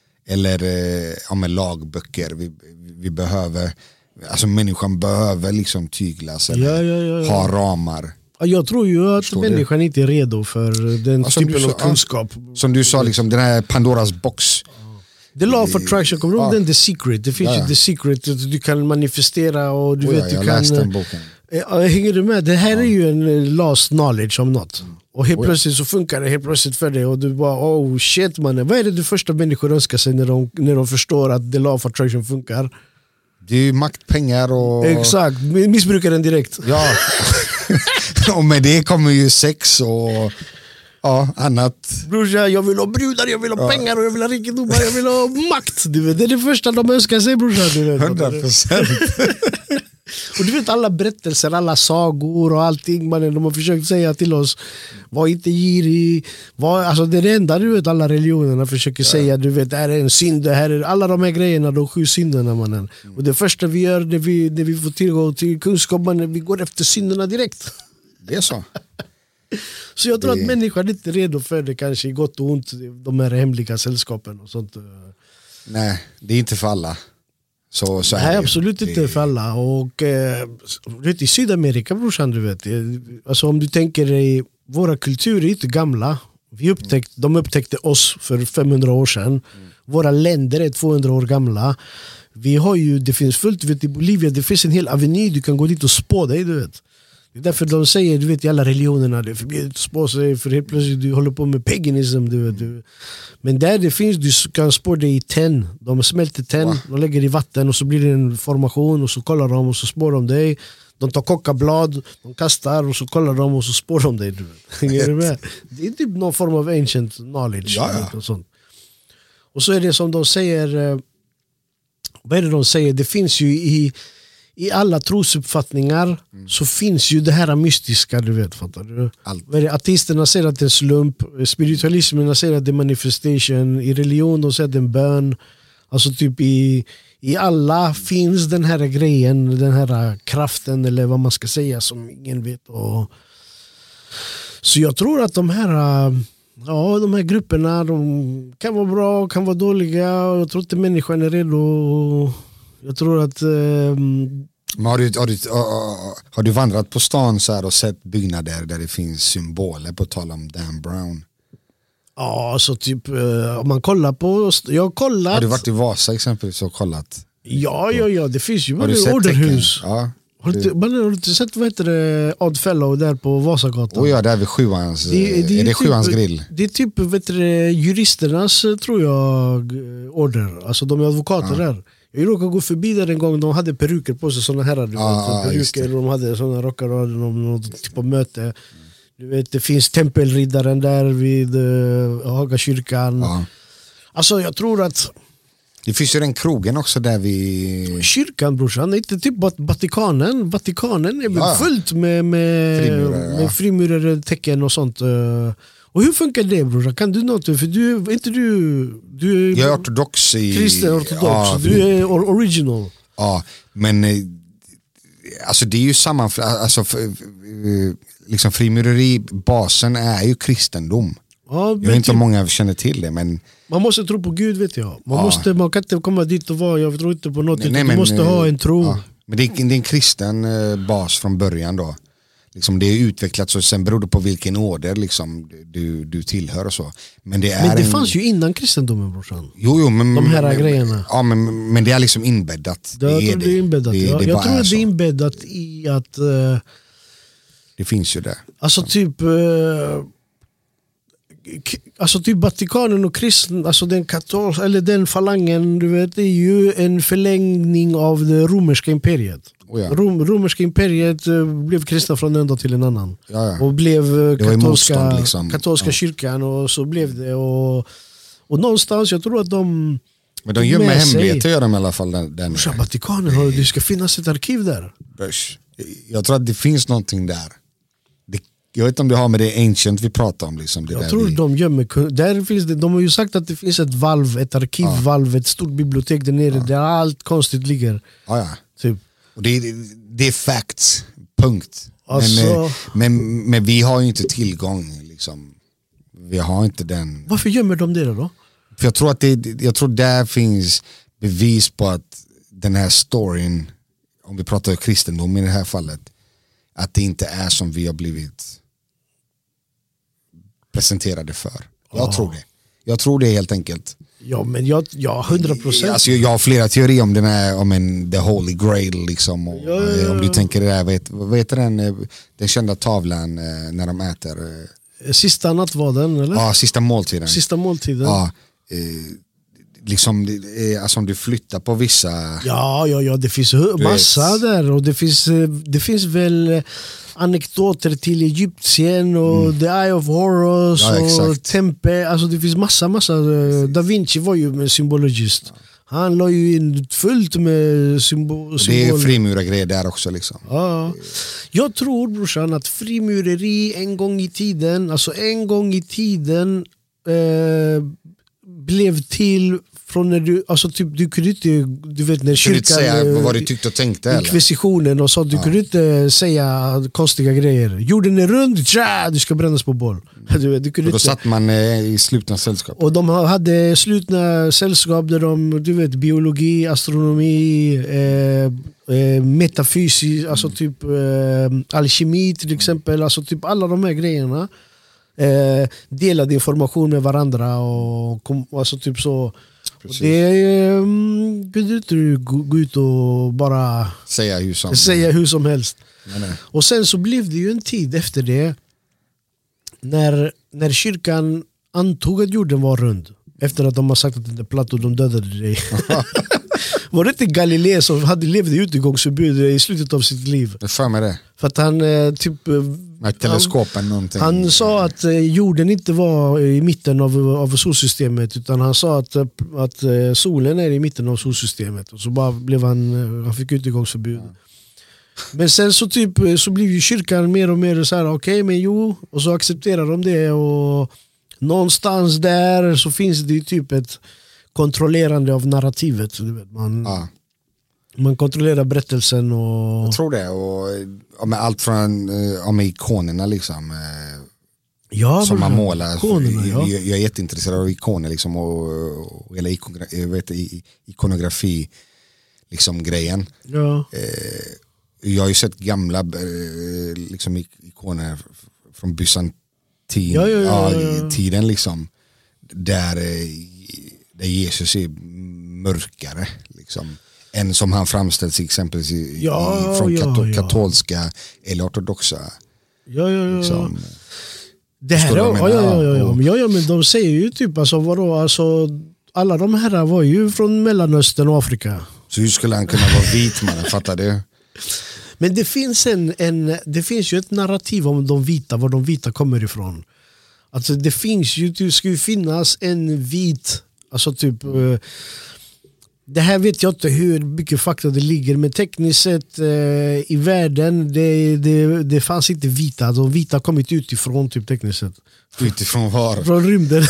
Eller lagböcker. Vi behöver, alltså människan behöver liksom tyglas eller ha ramar. Jag tror ju att människan inte är redo för den typen av kunskap. Som du sa, liksom, den här Pandoras box. The law of attraction, kommer du ihåg den? The Secret. Det finns ju The Secret, du kan manifestera och du vet, du kan... läste den boken. Hänger du med? Det här är ju en lost knowledge om något. Och helt plötsligt så funkar det helt plötsligt för dig och du bara, oh shit mannen. Vad är det första människor önskar sig när de förstår att the law of attraction funkar? Det är ju makt, pengar och... Exakt, missbrukar den direkt. Ja, och med det kommer ju sex och annat. Brorsa, jag vill ha brudar, jag vill ha pengar och jag vill ha rikedomar, jag vill ha makt. Du vet, det är det första de önskar sig brorsa. 100%. Och du vet alla berättelser, alla sagor och allting de har försökt säga till oss, var inte girig, alltså det är det enda du vet alla religionerna försöker säga, du vet det här är en synd, det här är alla de här grejerna, de 7 synderna mannen. Och det första vi gör när vi får tillgång till kunskap mannen, vi går efter synderna direkt. Det är så. Så jag tror att människan är inte redo för det, kanske i gott och ont, de här hemliga sällskapen och sånt. Nej, det är inte för alla. Så nej, absolut inte för alla. Och i Sydamerika brorsan, du vet, alltså om du tänker dig, våra kulturer är inte gamla. De upptäckte oss för 500 år sedan. Våra länder är 200 år gamla. Vi har ju, det finns fullt, vet, i Bolivia, det finns en hel aveny, du kan gå dit och spå dig, du vet. Det är därför de säger, du vet, i alla religionerna, det är förbjudet att spå sig, för helt plötsligt du håller på med paganism, du vet. Men där det finns, du kan spå dig i tenn. De smälter tenn, de lägger i vatten och så blir det en formation och så kollar de och så spår de dig. De tar kockablad, de kastar och så kollar de och så spår de dig, du vet. Hänger du med? Det är typ någon form av ancient knowledge. Och sånt. Och så är det som de säger, vad är det de säger? Det finns ju i alla trosuppfattningar så finns ju det här mystiska, du vet, fattar du? Ateisterna säger att det är en slump, spiritualismen säger att det är manifestation, i religion de säger att det är en bön. Alltså typ i alla finns den här grejen, den här kraften eller vad man ska säga som ingen vet. Så jag tror att de här grupperna, de kan vara bra, kan vara dåliga. Jag tror inte människan är redo. Jag tror att... Har du vandrat på stan så här och sett byggnader där det finns symboler, på tal om Dan Brown? Ja, så typ om man kollar på... Jag har kollat... Har du varit i Vasa exempelvis och kollat? Ja, det finns ju orderhus. Ja. Har du inte sett, vad heter det, Oddfellow där på Vasagatan? Ja, där vid Sjuans. Är det Sjuans grill? Det är typ, vet du, juristernas, tror jag, order. Alltså de är advokater där. Jag råkade gå förbi där en gång, de hade peruker på sig, såna här. Peruker, de hade såna rockar och hade något typ av möte. Du vet, det finns tempelriddaren där vid Hagakyrkan. Ja. Alltså jag tror att det finns ju den krogen också där vid kyrkan, brorsan, inte typ Vatikanen. Vatikanen är väl fullt med frimurare tecken och sånt. Och hur funkar det, brorsan? Kan du något? För du är jag är ortodox kristen ortodox. Du är original. Ja, men alltså det är ju samma, alltså liksom frimureri, basen är ju kristendom. Ja, jag vet inte om många känner till det, men man måste tro på Gud, vet jag. Man kan inte komma dit och vara, jag tror inte på något, du måste ha en tro. Ja. Men det är en kristen bas från början då. Liksom det är utvecklat, så sen beror det på vilken order liksom du tillhör och så. Men det fanns ju innan kristendomen, brorsan. Jo, men de här grejerna. Ja, men det är liksom inbäddat. Jag tror det är inbäddat. Jag tror det är inbäddat i att det finns ju det. Alltså typ Vatikanen och kristen, alltså den katolska, eller den falangen, du vet, det är ju en förlängning av det romerska imperiet. Romerska imperiet blev kristna från en dag till en annan. Och blev katolska kyrkan, och så blev det, och någonstans, jag tror att de men de gömmer hemligheter, gör de i alla fall den. Vatikanen, det ska finnas ett arkiv där. Jag tror att det finns någonting där. Jag vet inte om det har med det ancient vi pratar om. Liksom, det jag tror de gömmer. Där finns det, de har ju sagt att det finns ett valv, ett arkivvalv, ett stort bibliotek där nere där allt konstigt ligger. Typ. Och det är facts, punkt. Alltså, men vi har ju inte tillgång. Liksom. Vi har inte den. Varför gömmer de det då? För jag tror där finns bevis på att den här storyn, om vi pratar kristendom i det här fallet, att det inte är som vi har blivit presenterade för. Jag tror det helt enkelt. Ja, men jag 100%. Alltså, jag har flera teorier om den här, om the holy grail liksom, och, om du tänker det där, vad heter den kända tavlan när de äter sista nattvarden, eller? Ja, sista måltiden. Ja, liksom, alltså om du flyttar på vissa. Ja, det finns massa där, och det finns väl anekdoter till Egyptien och The Eye of Horus och Tempe, alltså det finns massa. Da Vinci var ju en symbologist. Han la ju in fullt med symboler. Det är frimurargrejer där också liksom. Ja. Jag tror, brorsan, att frimureri en gång i tiden blev till från när du, alltså typ, du kunde inte, du vet när kyrkan säga vad du tyckte och tänkte, inkvisitionen och så, du kunde inte säga konstiga grejer. Jorden är rund, du ska brännas på boll. Du kunde då satt man i slutna sällskap. Och de hade slutna sällskap där de, du vet, biologi, astronomi, metafysik, alltså typ alkemi till exempel, alltså typ alla de här grejerna. Delade information med varandra och alltså typ så. Det kunde inte du gå ut och bara säga hur som helst. Nej. Och sen så blev det ju en tid efter det när kyrkan antog att jorden var rund, efter att de har sagt att den är platt och de dödade dig. Var det inte Galilei som levde utegångsförbud i slutet av sitt liv? Det för mig det. För att han typ med teleskopen någonting. Han sa att jorden inte var i mitten av solsystemet, utan han sa att solen är i mitten av solsystemet, och så bara blev han fick utegångsförbud. Men sen så blev ju kyrkan mer och mer så här, okej, men jo, och så accepterar de det, och någonstans där så finns det ju typ ett kontrollerande av narrativet, du vet, man kontrollerar berättelsen. Och jag tror det, och med allt från med ikonerna liksom, som man målar. Ikonerna, jag är jätteintresserad av ikoner liksom, och hela ikonografi liksom grejen. Ja. Jag har ju sett gamla liksom ikoner från Byzantin-tiden liksom, där Jesus är mörkare liksom. än som han framställs exempelvis från katolska eller ortodoxa. Ja. Liksom, det här men de säger ju typ alltså alla de här var ju från Mellanöstern och Afrika. Så hur skulle han kunna vara vit, man fattar det? Men det finns det finns ju ett narrativ om de vita, var de vita kommer ifrån. Alltså det finns ju, det ska ju finnas en vit, alltså typ det här vet jag inte hur mycket fakta det ligger, men tekniskt sett i världen det fanns inte vita. De vita kommit utifrån typ tekniskt sett. Utifrån var? Från rymden.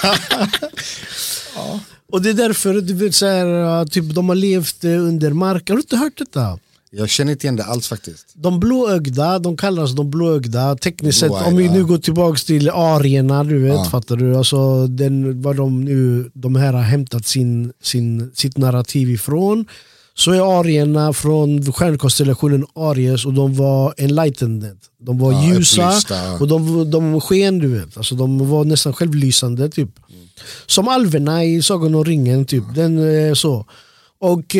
Ja. Och det är därför du vet så här, typ de har levt under mark. Har du inte hört detta? Jag känner inte igen det alls faktiskt. De blåögda, de kallas de blåögda tekniskt sett. Om vi nu går tillbaka till arierna, du vet, fattar du? Alltså var de här har hämtat sitt narrativ ifrån. Så är arierna från stjärnkonstellationen Aries, och de var enlightened. De var ljusa och de sken, du vet. Alltså de var nästan självlysande typ. Som alverna i Sagan om ringen typ. Den så. Och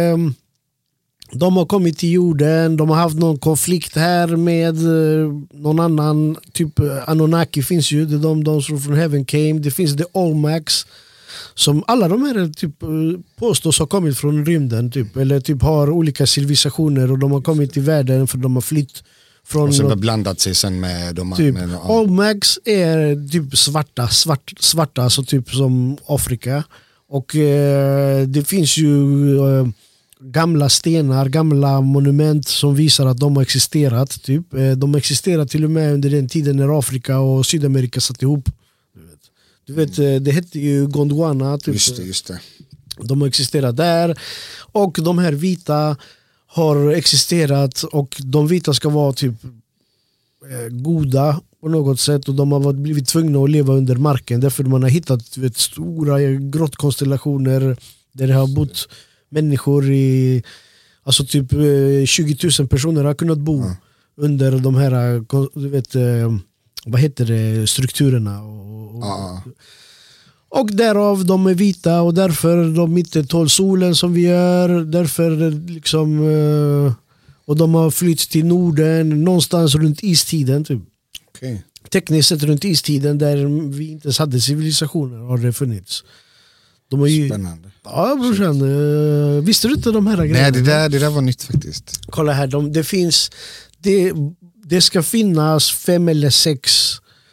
de har kommit till jorden, de har haft någon konflikt här med någon annan, typ Anunnaki finns ju, det är de som från Heaven Came, det finns The Olmecs, som alla de här typ påstås ha kommit från rymden typ, eller typ har olika civilisationer, och de har kommit till världen för de har flytt från... Och sen har blandat sig sen med de typ, Olmecs är typ svarta, alltså typ som Afrika, och det finns ju... gamla stenar, gamla monument som visar att de har existerat typ. De har existerat till och med under den tiden när Afrika och Sydamerika satt ihop. Du vet det hette ju Gondwana typ. Just det. De har existerat där, och de här vita har existerat, och de vita ska vara typ goda på något sätt, och de har blivit tvungna att leva under marken därför man har hittat stora grottkonstellationer där det har bott människor i, alltså typ 20 000 personer har kunnat bo under de här, du vet, vad heter det, strukturerna och därav de är vita, och därför de inte tål solen som vi gör, därför liksom, och de har flytt till Norden någonstans runt istiden typ. Okay. Tekniskt sett runt istiden, där vi inte hade civilisationer, har det funnits. De är ju... Spännande. Ja, brorsan. Visste du inte de här grejerna? Nej, det där var nytt faktiskt. Kolla här, det finns... Det ska finnas 5 eller 6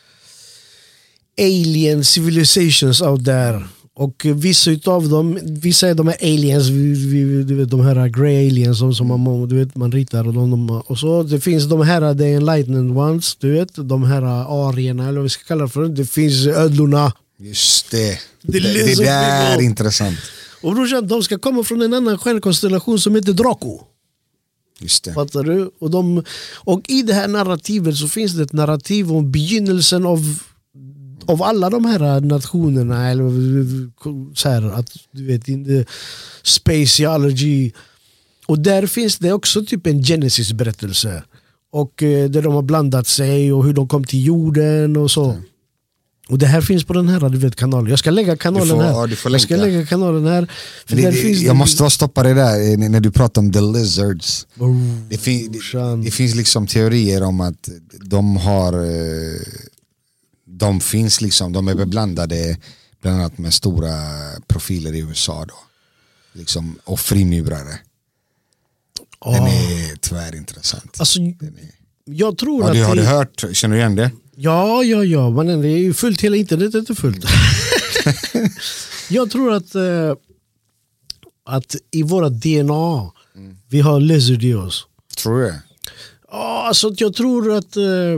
alien civilizations out there. Och vissa utav dem, vissa är de här aliens, du vet, de här grey aliens som man, du vet, man ritar, och så det finns de här the enlightened ones, du vet, de här arierna, eller vad vi ska kalla det för. Det finns ödlorna. Just det. Det där är intressant. Och brorsan, de ska komma från en annan stjärnkonstellation som heter Draco. Just det. Fattar du? Och i det här narrativet så finns det ett narrativ om begynnelsen av alla de här nationerna, eller så här, att du vet, in the spaceology. Och där finns det också typ en Genesis-berättelse, och där de har blandat sig och hur de kom till jorden och så. Och det här finns på den här, du vet, kanalen. Jag ska lägga kanalen här. Ja, jag ska lägga kanalen här. För jag måste stoppa det där när du pratar om the lizards. Det finns liksom teorier om att de finns liksom, de är beblandade bland annat med stora profiler i USA då. Liksom, och frimurare. Den är tyvärr intressant. Alltså, jag tror att... Har du hört? Känner du igen det? Ja, men det är ju fullt, hela internetet är fullt. Jag tror att i våra DNA vi har lizard i oss. Tror du? Ja, alltså jag tror att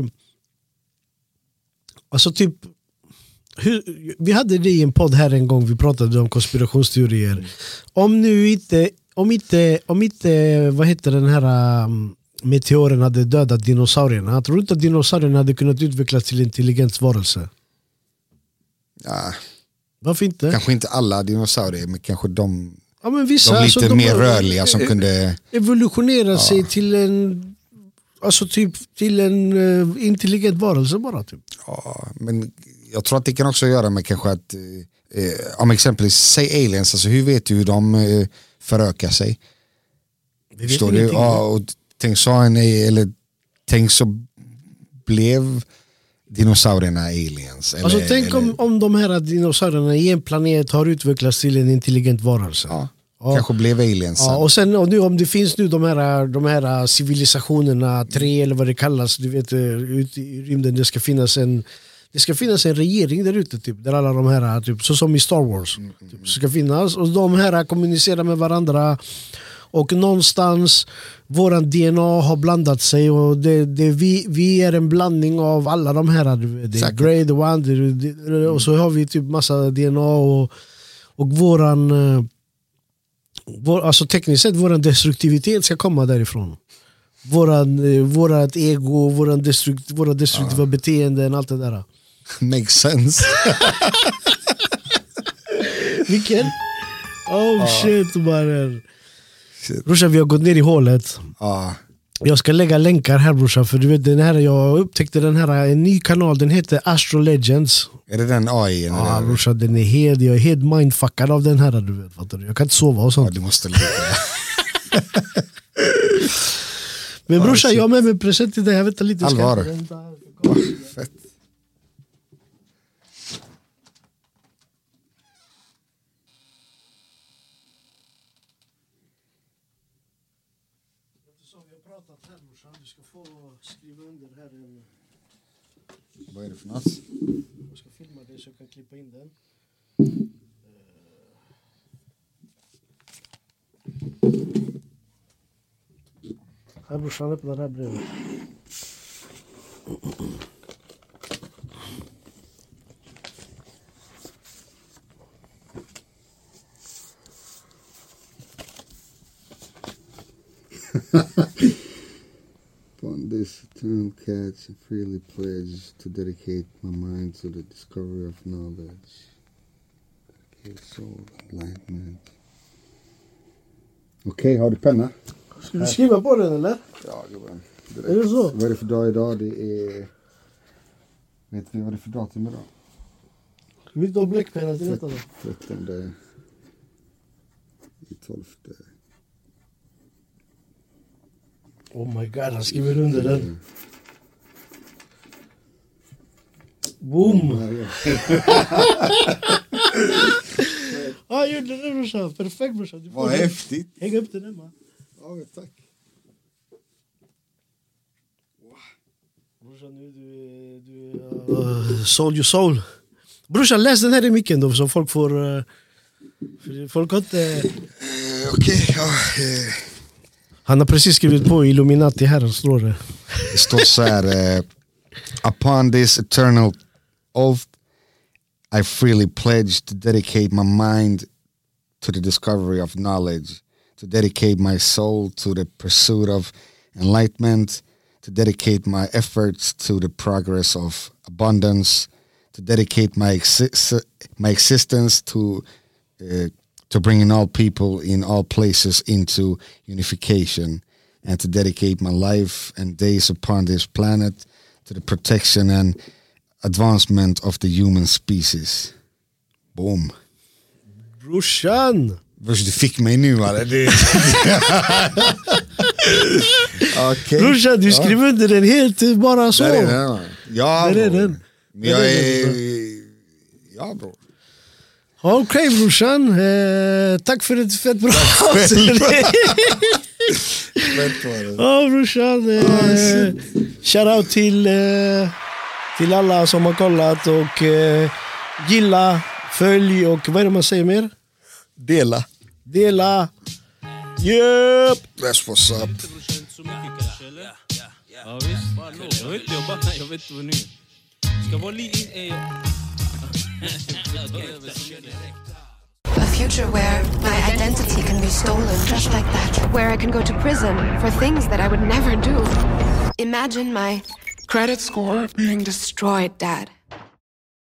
alltså typ vi hade det i en podd här en gång, vi pratade om konspirationsteorier. Om inte vad heter den här meteoren hade dödat dinosaurierna. Jag tror inte att dinosaurierna hade kunnat utvecklas till intelligent varelse. Ja. Varför inte? Kanske inte alla dinosaurier, men kanske de vissa, de lite mer rörliga som kunde evolutionera sig till en, alltså typ till en intelligent varelse bara typ. Ja, men jag tror att det kan också göra med kanske att om exempelvis säg aliens, alltså hur vet du hur de föröka sig. Förstår du? Ja, och tänk så blev dinosaurierna aliens. Alltså tänk om de här dinosaurierna i en planet har utvecklats till en intelligent varelse. Ja. Kanske blev aliens. Ja, och sen och nu, om det finns nu de här civilisationerna 3 eller vad det kallas, du vet, ute i rymden, det ska finnas en regering där ute typ, där alla de här typ, så som i Star Wars typ, ska finnas, och de här kommunicerar med varandra, och någonstans våran DNA har blandat sig, och vi är en blandning av alla de här, the Grey, the One, och så har vi typ massa DNA, och alltså tekniskt sett våran destruktivitet ska komma därifrån. Vårat ego, våra destruktiva beteenden, allt det där. Makes sense. Vilken? Shit, man. Brorsan, vi har gått ner i hålet. Jag ska lägga länkar här, brorsan, för du vet, jag upptäckte en ny kanal, den heter Astro Legends. Är det den AI? Ja, brorsan, jag är helt mindfuckad av den här, du vet, fattar du? Jag kan inte sova och sånt. Ja, du måste lägga. Men brorsan, jag har med mig present till dig. Jag vet lite. Allvar. Fett. Du ska få skriva under här en... Vad är det för något? Jag ska filma det så jag kan klippa in den. Här brorsan, öppna det här brevet. Upon this eternal catch, I freely pledge to dedicate my mind to the discovery of knowledge, dedicate soul, enlightenment. Okej, har du penna? Ska du skriva på den eller? Ja, gubben. Är det så? Vad är det för dag idag? Det är... Vet vi vad det är för datum idag? Ska vi inte ha bläckpenna till detta då? 13 i 12. Oh my god, han skriver under den. Boom! Ja, gjorde det brorsan. Perfekt brorsan. Vad häftigt. Häng upp den hemma. Ja, tack. Brorsan, nu du sold your soul. Brorsan, läs den här i micken då, så folk får... folk har inte... Okej, ja... Han har precis skrivit på Illuminati här, står det. Det står så här: upon this eternal oath I freely pledge to dedicate my mind to the discovery of knowledge, to dedicate my soul to the pursuit of enlightenment, to dedicate my efforts to the progress of abundance, to dedicate my existence to bringing all people in all places into unification, and to dedicate my life and days upon this planet to the protection and advancement of the human species. Boom. Brorsan! Du fick mig nu, va? Okay. Brorsan, du skriver under den helt bara så. Där är den. Ja, där är den. Men jag är... Ja, bror. Okej, brorsan. Tack för ett fett bra avsnitt. Ja, brorsan. Shoutout till alla som har kollat, och gilla, följ, och vad är det man säger mer? Dela. Yep. That's what's up. Ja, visst. Jag vet vad nu. Ska vara lite... A future where my identity can be stolen just like that. Where I can go to prison for things that I would never do. Imagine my credit score being destroyed, Dad.